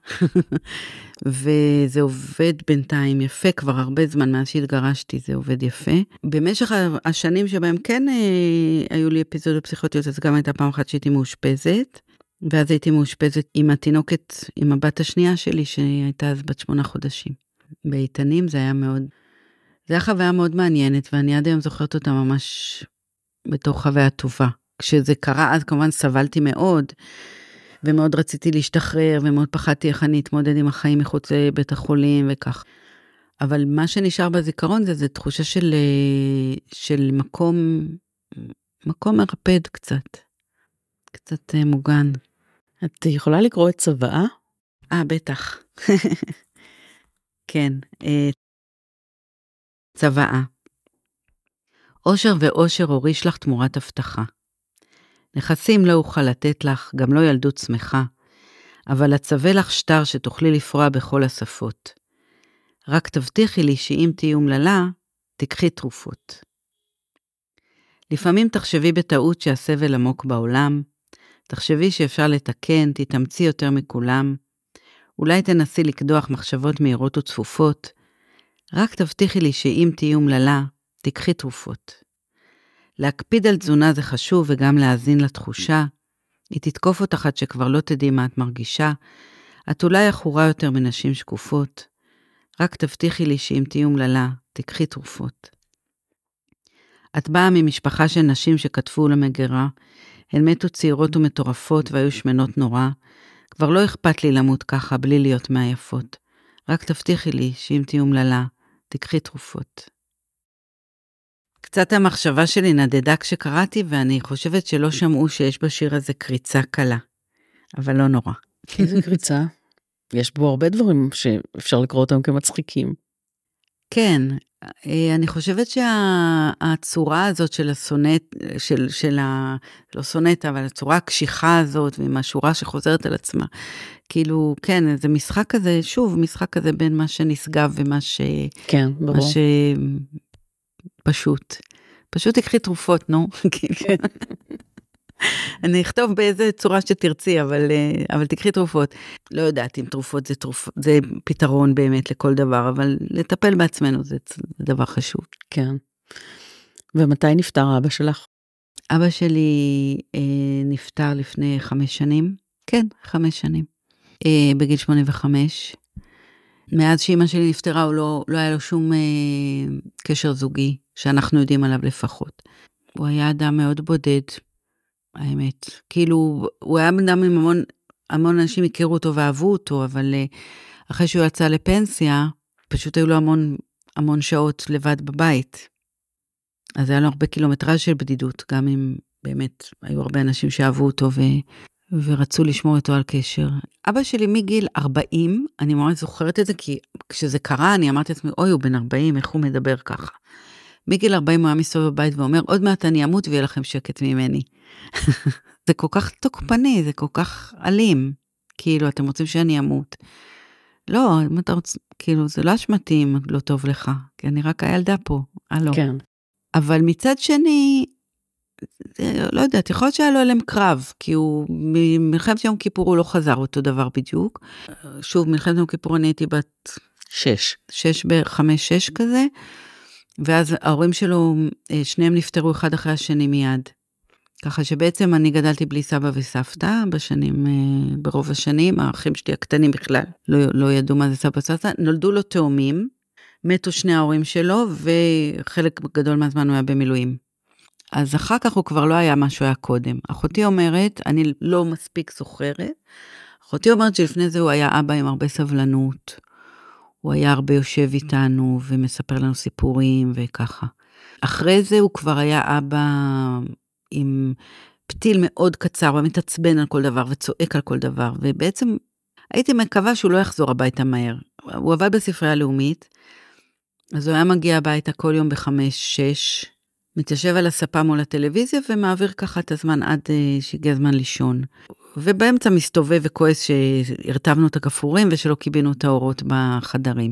וזה עובד בינתיים יפה, כבר הרבה זמן מאז שהתגרשתי, זה עובד יפה. במשך השנים שבהם כן היו לי אפיזודות פסיכוטיות, אז גם הייתה פעם אחת שהייתי מאושפזת, ואז הייתי מאושפזת עם התינוקת, עם הבת השנייה שלי, שהייתה אז בת 8 חודשים. באיתנים זה היה חוויה מאוד מעניינת, ואני עד היום זוכרת אותה ממש בתור חוויה טובה. כשזה קרה, אז כמובן סבלתי מאוד, ומאוד רציתי להשתחרר, ומאוד פחדתי איך אני אתמודד עם החיים מחוץ לבית החולים וכך. אבל מה שנשאר בזיכרון זה תחושה של מקום מרפד קצת מוגן. את יכולה לקרוא את צוואה? בטח. כן. צוואה. אושר ואושר הוריש לך תמורת הבטחה. נכסים לא אוכל לתת לך, גם לא ילדות שמחה, אבל אצווה לך שטר שתוכלי לפרוע בכל השפות. רק תבטיחי לי שאם תהיי אומללה, תקחי תרופות. לפעמים תחשבי בטעות שהסבל עמוק בעולם, תחשבי שאפשר לתקן, תתאמצי יותר מכולם, אולי תנסי לקדוח מחשבות מהירות וצפופות, רק תבטיחי לי שאם תהיי אומללה, תקחי תרופות. להקפיד על תזונה זה חשוב וגם להאזין לתחושה, היא תתקוף אותך עד שכבר לא תדעי מה את מרגישה, את אולי אחורה יותר מנשים שקופות, רק תבטיחי לי שאם תהיי אומללה, תקחי תרופות. את באה ממשפחה של נשים שכתבו למגרה, הן מתו צעירות ומטורפות והיו שמנות נורא, כבר לא אכפת לי למות ככה בלי להיות מעייפות, רק תבטיחי לי שאם תהיי אומללה, תקחי תרופות. קצת המחשבה שלי נדדה כשקראתי, ואני חושבת שלא שמעו שיש בשיר הזה קריצה קלה. אבל לא נורא. איזה קריצה? יש בו הרבה דברים שאפשר לקרוא אותם כמצחיקים. כן, אני חושבת שהצורה הזאת של הסונט, לא סונט, אבל הצורה הקשיחה הזאת, ועם השורה שחוזרת על עצמה, כאילו, כן, זה משחק כזה, שוב, משחק כזה בין מה שנשגב ומה כן, ברור. פשוט תקחי תרופות, נו. אני אכתוב באיזה צורה שתרצי, אבל תקחי תרופות. לא יודעת אם תרופות זה פתרון באמת לכל דבר, אבל לטפל בעצמנו זה דבר חשוב. כן. ומתי נפטר אבא שלך? אבא שלי נפטר לפני 5 שנים. כן, 5 שנים. בגיל 85. מאז שאמא שלי נפטרה, הוא לא היה לו שום קשר זוגי, שאנחנו יודעים עליו לפחות. הוא היה אדם מאוד בודד, האמת. כאילו, הוא היה אדם עם המון אנשים הכירו אותו ואהבו אותו, אבל אחרי שהוא יצא לפנסיה, פשוט היו לו המון שעות לבד בבית. אז היה לו הרבה קילומטראז' של בדידות, גם אם באמת היו הרבה אנשים שאהבו אותו ורצו לשמור איתו על קשר. אבא שלי מגיל 40, אני מאוד זוכרת את זה, כי כשזה קרה, אני אמרתי לעצמי, אוי, הוא בן 40, איך הוא מדבר ככה? מגיל 40 הוא היה מסתובב בבית ואומר, עוד מעט אני אמות ויהיה לכם שקט ממני. זה כל כך תוקפני, זה כל כך אלים. כאילו, אתם רוצים שאני אמות. לא, אם אתה רוצה, כאילו, זה לא אשמתי אם לא טוב לך, כי אני רק הילדה פה, הלו. כן. אבל מצד שני, לא יודעת, יכול להיות שהיה לו אלם קרב, כי הוא, ממלחמת יום כיפור הוא לא חזר אותו דבר בדיוק. שוב, מלחמת יום כיפור אני הייתי בת 6 ב-5-6 כזה, ואז ההורים שלו, שניהם נפטרו אחד אחרי השני מיד. ככה שבעצם אני גדלתי בלי סבא וסבתא, ברוב השנים, האחים שלי הקטנים בכלל, לא ידעו מה זה סבא וסבתא, נולדו לו תאומים, מתו שני ההורים שלו, וחלק גדול מהזמן הוא היה במילואים. אז אחר כך הוא כבר לא היה מה שהוא היה קודם. אחותי אומרת, אני לא מספיק זוכרת, אחותי אומרת שלפני זה הוא היה אבא עם הרבה סבלנות, הוא היה הרבה יושב איתנו, ומספר לנו סיפורים וככה. אחרי זה הוא כבר היה אבא עם פתיל מאוד קצר, הוא מתעצבן על כל דבר, וצועק על כל דבר, ובעצם הייתי מקווה שהוא לא יחזור הביתה מהר. הוא עבד בספרייה הלאומית, אז הוא היה מגיע הביתה כל יום ב-5-6, מתיישב על הספה מול הטלוויזיה, ומעביר ככה את הזמן עד שהגיע הזמן לישון. ובאמצע מסתובב וכועס שהרטבנו את הכפורים, ושלא קיבינו את האורות בחדרים.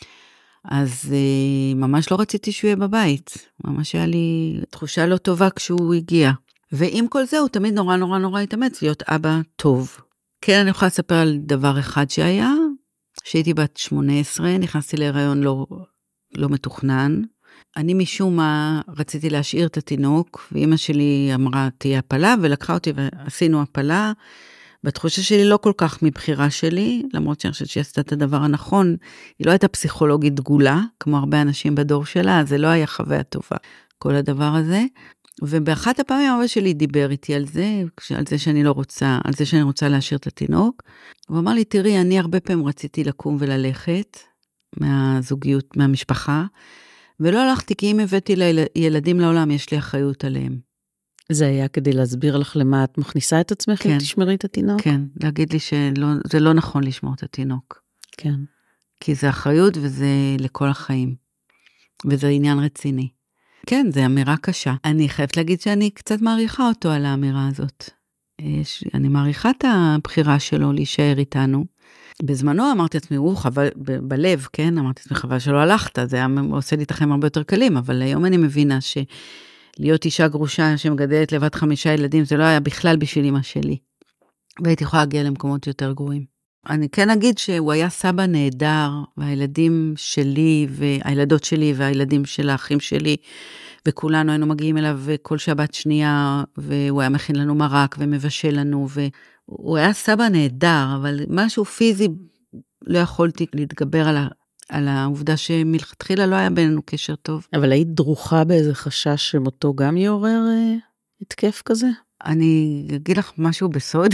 אז ממש לא רציתי שהוא יהיה בבית. ממש היה לי תחושה לא טובה כשהוא הגיע. ועם כל זה הוא תמיד נורא נורא נורא התאמץ להיות אבא טוב. כן, אני יכולה לספר על דבר אחד שהיה, שהייתי בת 18, נכנסתי להיריון לא מתוכנן. אני משום מה רציתי להשאיר את התינוק, ואמא שלי אמרה תהיה הפלה, ולקחה אותי ועשינו הפלה, בתחושה שלי לא כל כך מבחירה שלי, למרות שאני חושבת שהיא עשתה את הדבר הנכון, היא לא הייתה פסיכולוגית דגולה, כמו הרבה אנשים בדור שלה, אז זה לא היה חוויה טובה, כל הדבר הזה, ובאחת הפעמים אבא שלי דיבר איתי על זה שאני לא רוצה, על זה שאני רוצה להשאיר את התינוק, הוא אמר לי, תראי, אני הרבה פעמים רציתי לקום וללכת, מהזוגיות, מהמשפחה, ולא הלכתי, כי אם הבאתי לילדים לעולם, יש לי אחריות עליהם. זה היה כדי להסביר לך למה את מכניסה את עצמך, כן. תשמרי את התינוק? כן, להגיד לי שזה לא נכון לשמור את התינוק. כן. כי זה אחריות וזה לכל החיים. וזה עניין רציני. כן, זה אמירה קשה. אני חייבת להגיד שאני קצת מעריכה אותו על האמירה הזאת. אני מעריכה את הבחירה שלו להישאר איתנו. בזמנו אמרתי לעצמי, חבל, בלב, כן? אמרתי לעצמי, חבל שלא הלכת, זה היה עושה לי את החיים הרבה יותר קלים, אבל היום אני מבינה להיות אישה גרושה שמגדלת לבד 5 ילדים, זה לא היה בכלל בשביל אמא שלי. והייתי יכולה להגיע למקומות יותר גרועים. אני כן אגיד שהוא היה סבא נהדר, והילדים שלי, והילדות שלי, והילדים של האחים שלי, וכולנו היינו מגיעים אליו כל שבת שנייה, והוא היה מכין לנו מרק, ומבשל לנו, והוא היה סבא נהדר, אבל משהו פיזי לא יכולתי להתגבר על העובדה שמלכתחילה לא היה בינינו קשר טוב. אבל היית דרוכה באיזה חשש שמותו גם יעורר התקף כזה? אני אגיד לך משהו בסוד.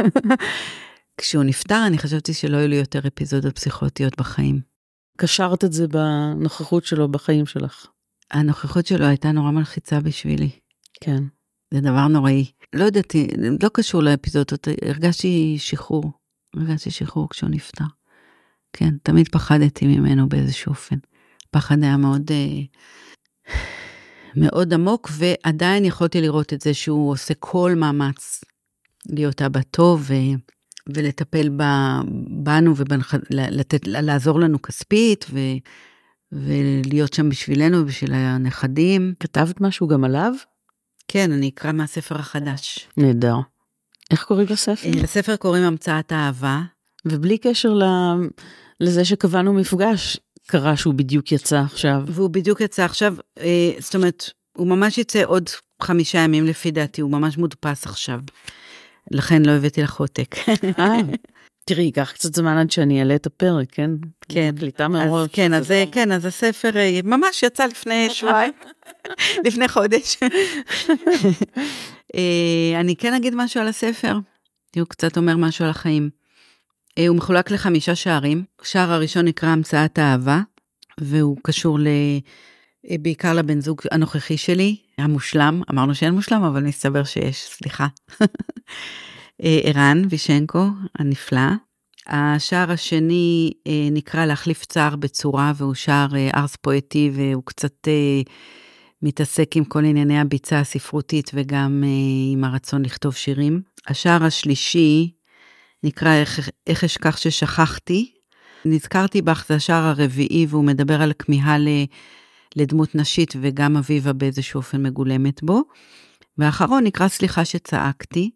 כשהוא נפטר, אני חשבתי שלא היו לי יותר אפיזודות פסיכוטיות בחיים. קשרת את זה בנוכחות שלו בחיים שלך? הנוכחות שלו הייתה נורא מלחיצה בשבילי. כן. זה דבר נוראי. לא ידעתי, לא קשור לאפיזודות, הרגשתי שחרור כשהוא נפטר. כן, תמיד פחדתי ממנו באיזשהו אופן. פחד היה מאוד, מאוד עמוק, ועדיין יכולתי לראות את זה שהוא עושה כל מאמץ להיות אבא טוב, ולטפל בנו, לעזור לנו כספית, ולהיות שם בשבילנו ובשביל הנכדים. כתבת משהו גם עליו? כן, אני אקרא מהספר החדש. נהדר. איך קוראים לספר? לספר קוראים המצאת האהבה. ובלי קשר לזה שקבענו מפגש, קרה שהוא בדיוק יצא עכשיו. והוא בדיוק יצא עכשיו, זאת אומרת, הוא ממש יצא עוד 5 ימים לפי דעתי, הוא ממש מודפס עכשיו. לכן לא הבאתי לך עותק. תראי, ייקח קצת זמן עד שאני אעלה את הפרק, כן? כן. קליטה מראש. כן, אז הספר ממש יצא לפני שבועיים, לפני חודש. אני כן אגיד משהו על הספר, הוא קצת אומר משהו על החיים. הוא מחולק ל5 שערים, שער הראשון נקרא המצאת האהבה, והוא קשור בעיקר לבן זוג הנוכחי שלי, המושלם, אמרנו שאין מושלם, אבל מסתבר שיש, סליחה. ערן וישנקו, הנפלא. השער השני נקרא להחליף צער בצורה, והוא שער ארס פואטי, והוא קצת מתעסק עם כל ענייני הביצה הספרותית, וגם עם הרצון לכתוב שירים. השער השלישי נקרא איך אשכח ששכחתי. נזכרתי בך, זה השער הרביעי, והוא מדבר על כמיהה לדמות נשית, וגם אביבה באיזשהו אופן מגולמת בו. והאחרון נקרא סליחה שצעקתי,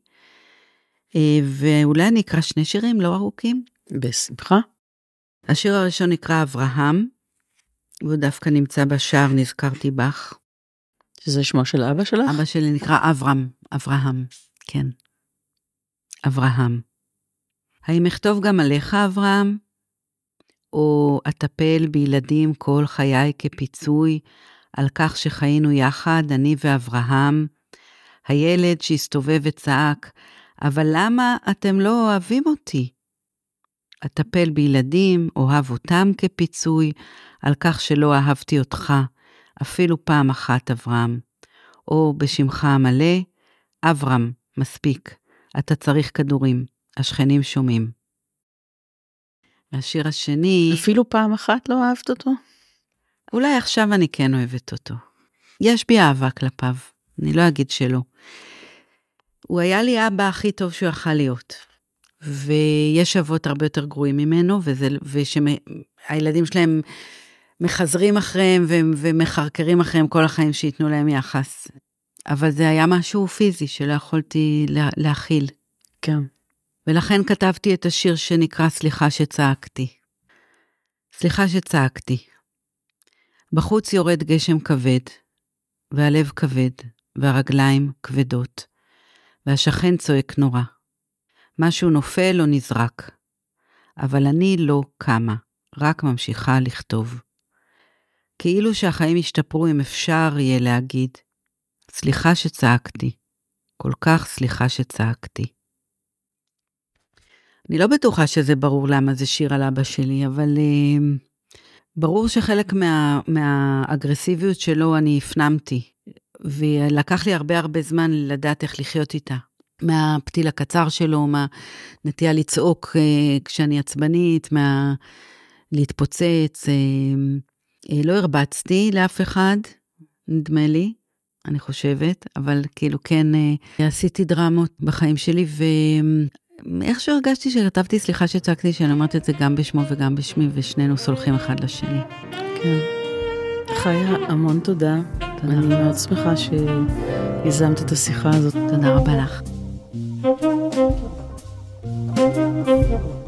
ואולי אני אקרא 2 שירים לא ארוכים. בשמחה. השיר הראשון נקרא אברהם, והוא דווקא נמצא בשער נזכרתי בך. שזה שמו של אבא שלך? אבא שלי נקרא אברהם, כן. אברהם. האם אכתוב גם עליך אברהם? או אטפל בילדים כל חיי כפיצוי, על כך שחיינו יחד, אני ואברהם, הילד שהסתובב וצעק, אבל למה אתם לא אוהבים אותי? אטפל בילדים, אוהב אותם כפיצוי, על כך שלא אהבתי אותך, אפילו פעם אחת אברהם. או בשמך המלא, אברהם, מספיק, אתה צריך כדורים, השכנים שומעים. והשיר השני... אפילו פעם אחת לא אהבת אותו? אולי עכשיו אני כן אוהבת אותו. יש בי אהבה כלפיו, אני לא אגיד שלא. הוא היה לי אבא הכי טוב שהוא יכל להיות. ויש אבות הרבה יותר גרועים ממנו, ושהילדים שלהם מחזרים אחריהם ומחרקרים אחריהם כל החיים שיתנו להם יחס. אבל זה היה משהו פיזי שלא יכולתי להכיל. כן. ולכן כתבתי את השיר שנקרא סליחה שצעקתי. סליחה שצעקתי. בחוץ יורד גשם כבד, והלב כבד, והרגליים כבדות, והשכן צועק נורא. משהו נופל או נזרק, אבל אני לא קמה, רק ממשיכה לכתוב. כאילו שהחיים השתפרו אם אפשר יהיה להגיד, סליחה שצעקתי, כל כך סליחה שצעקתי. אני לא בטוחה שזה ברור למה זה שיר על אבא שלי, אבל ברור שחלק מהאגרסיביות שלו אני הפנמתי, ולקח לי הרבה זמן לדעת איך לחיות איתה. מהפתיל הקצר שלו, מהנטייה לצעוק כשאני עצבנית, להתפוצץ, לא הרבצתי לאף אחד, נדמה לי, אני חושבת, אבל כאילו כן עשיתי דרמות בחיים שלי, ואיכשהו הרגשתי שכתבתי סליחה שצעקתי, שאני אומרת את זה גם בשמו וגם בשמי, ושנינו סולחים אחד לשני. כן. חיה, המון תודה. אני מאוד שמחה שיזמת את השיחה הזאת. תודה רבה לך.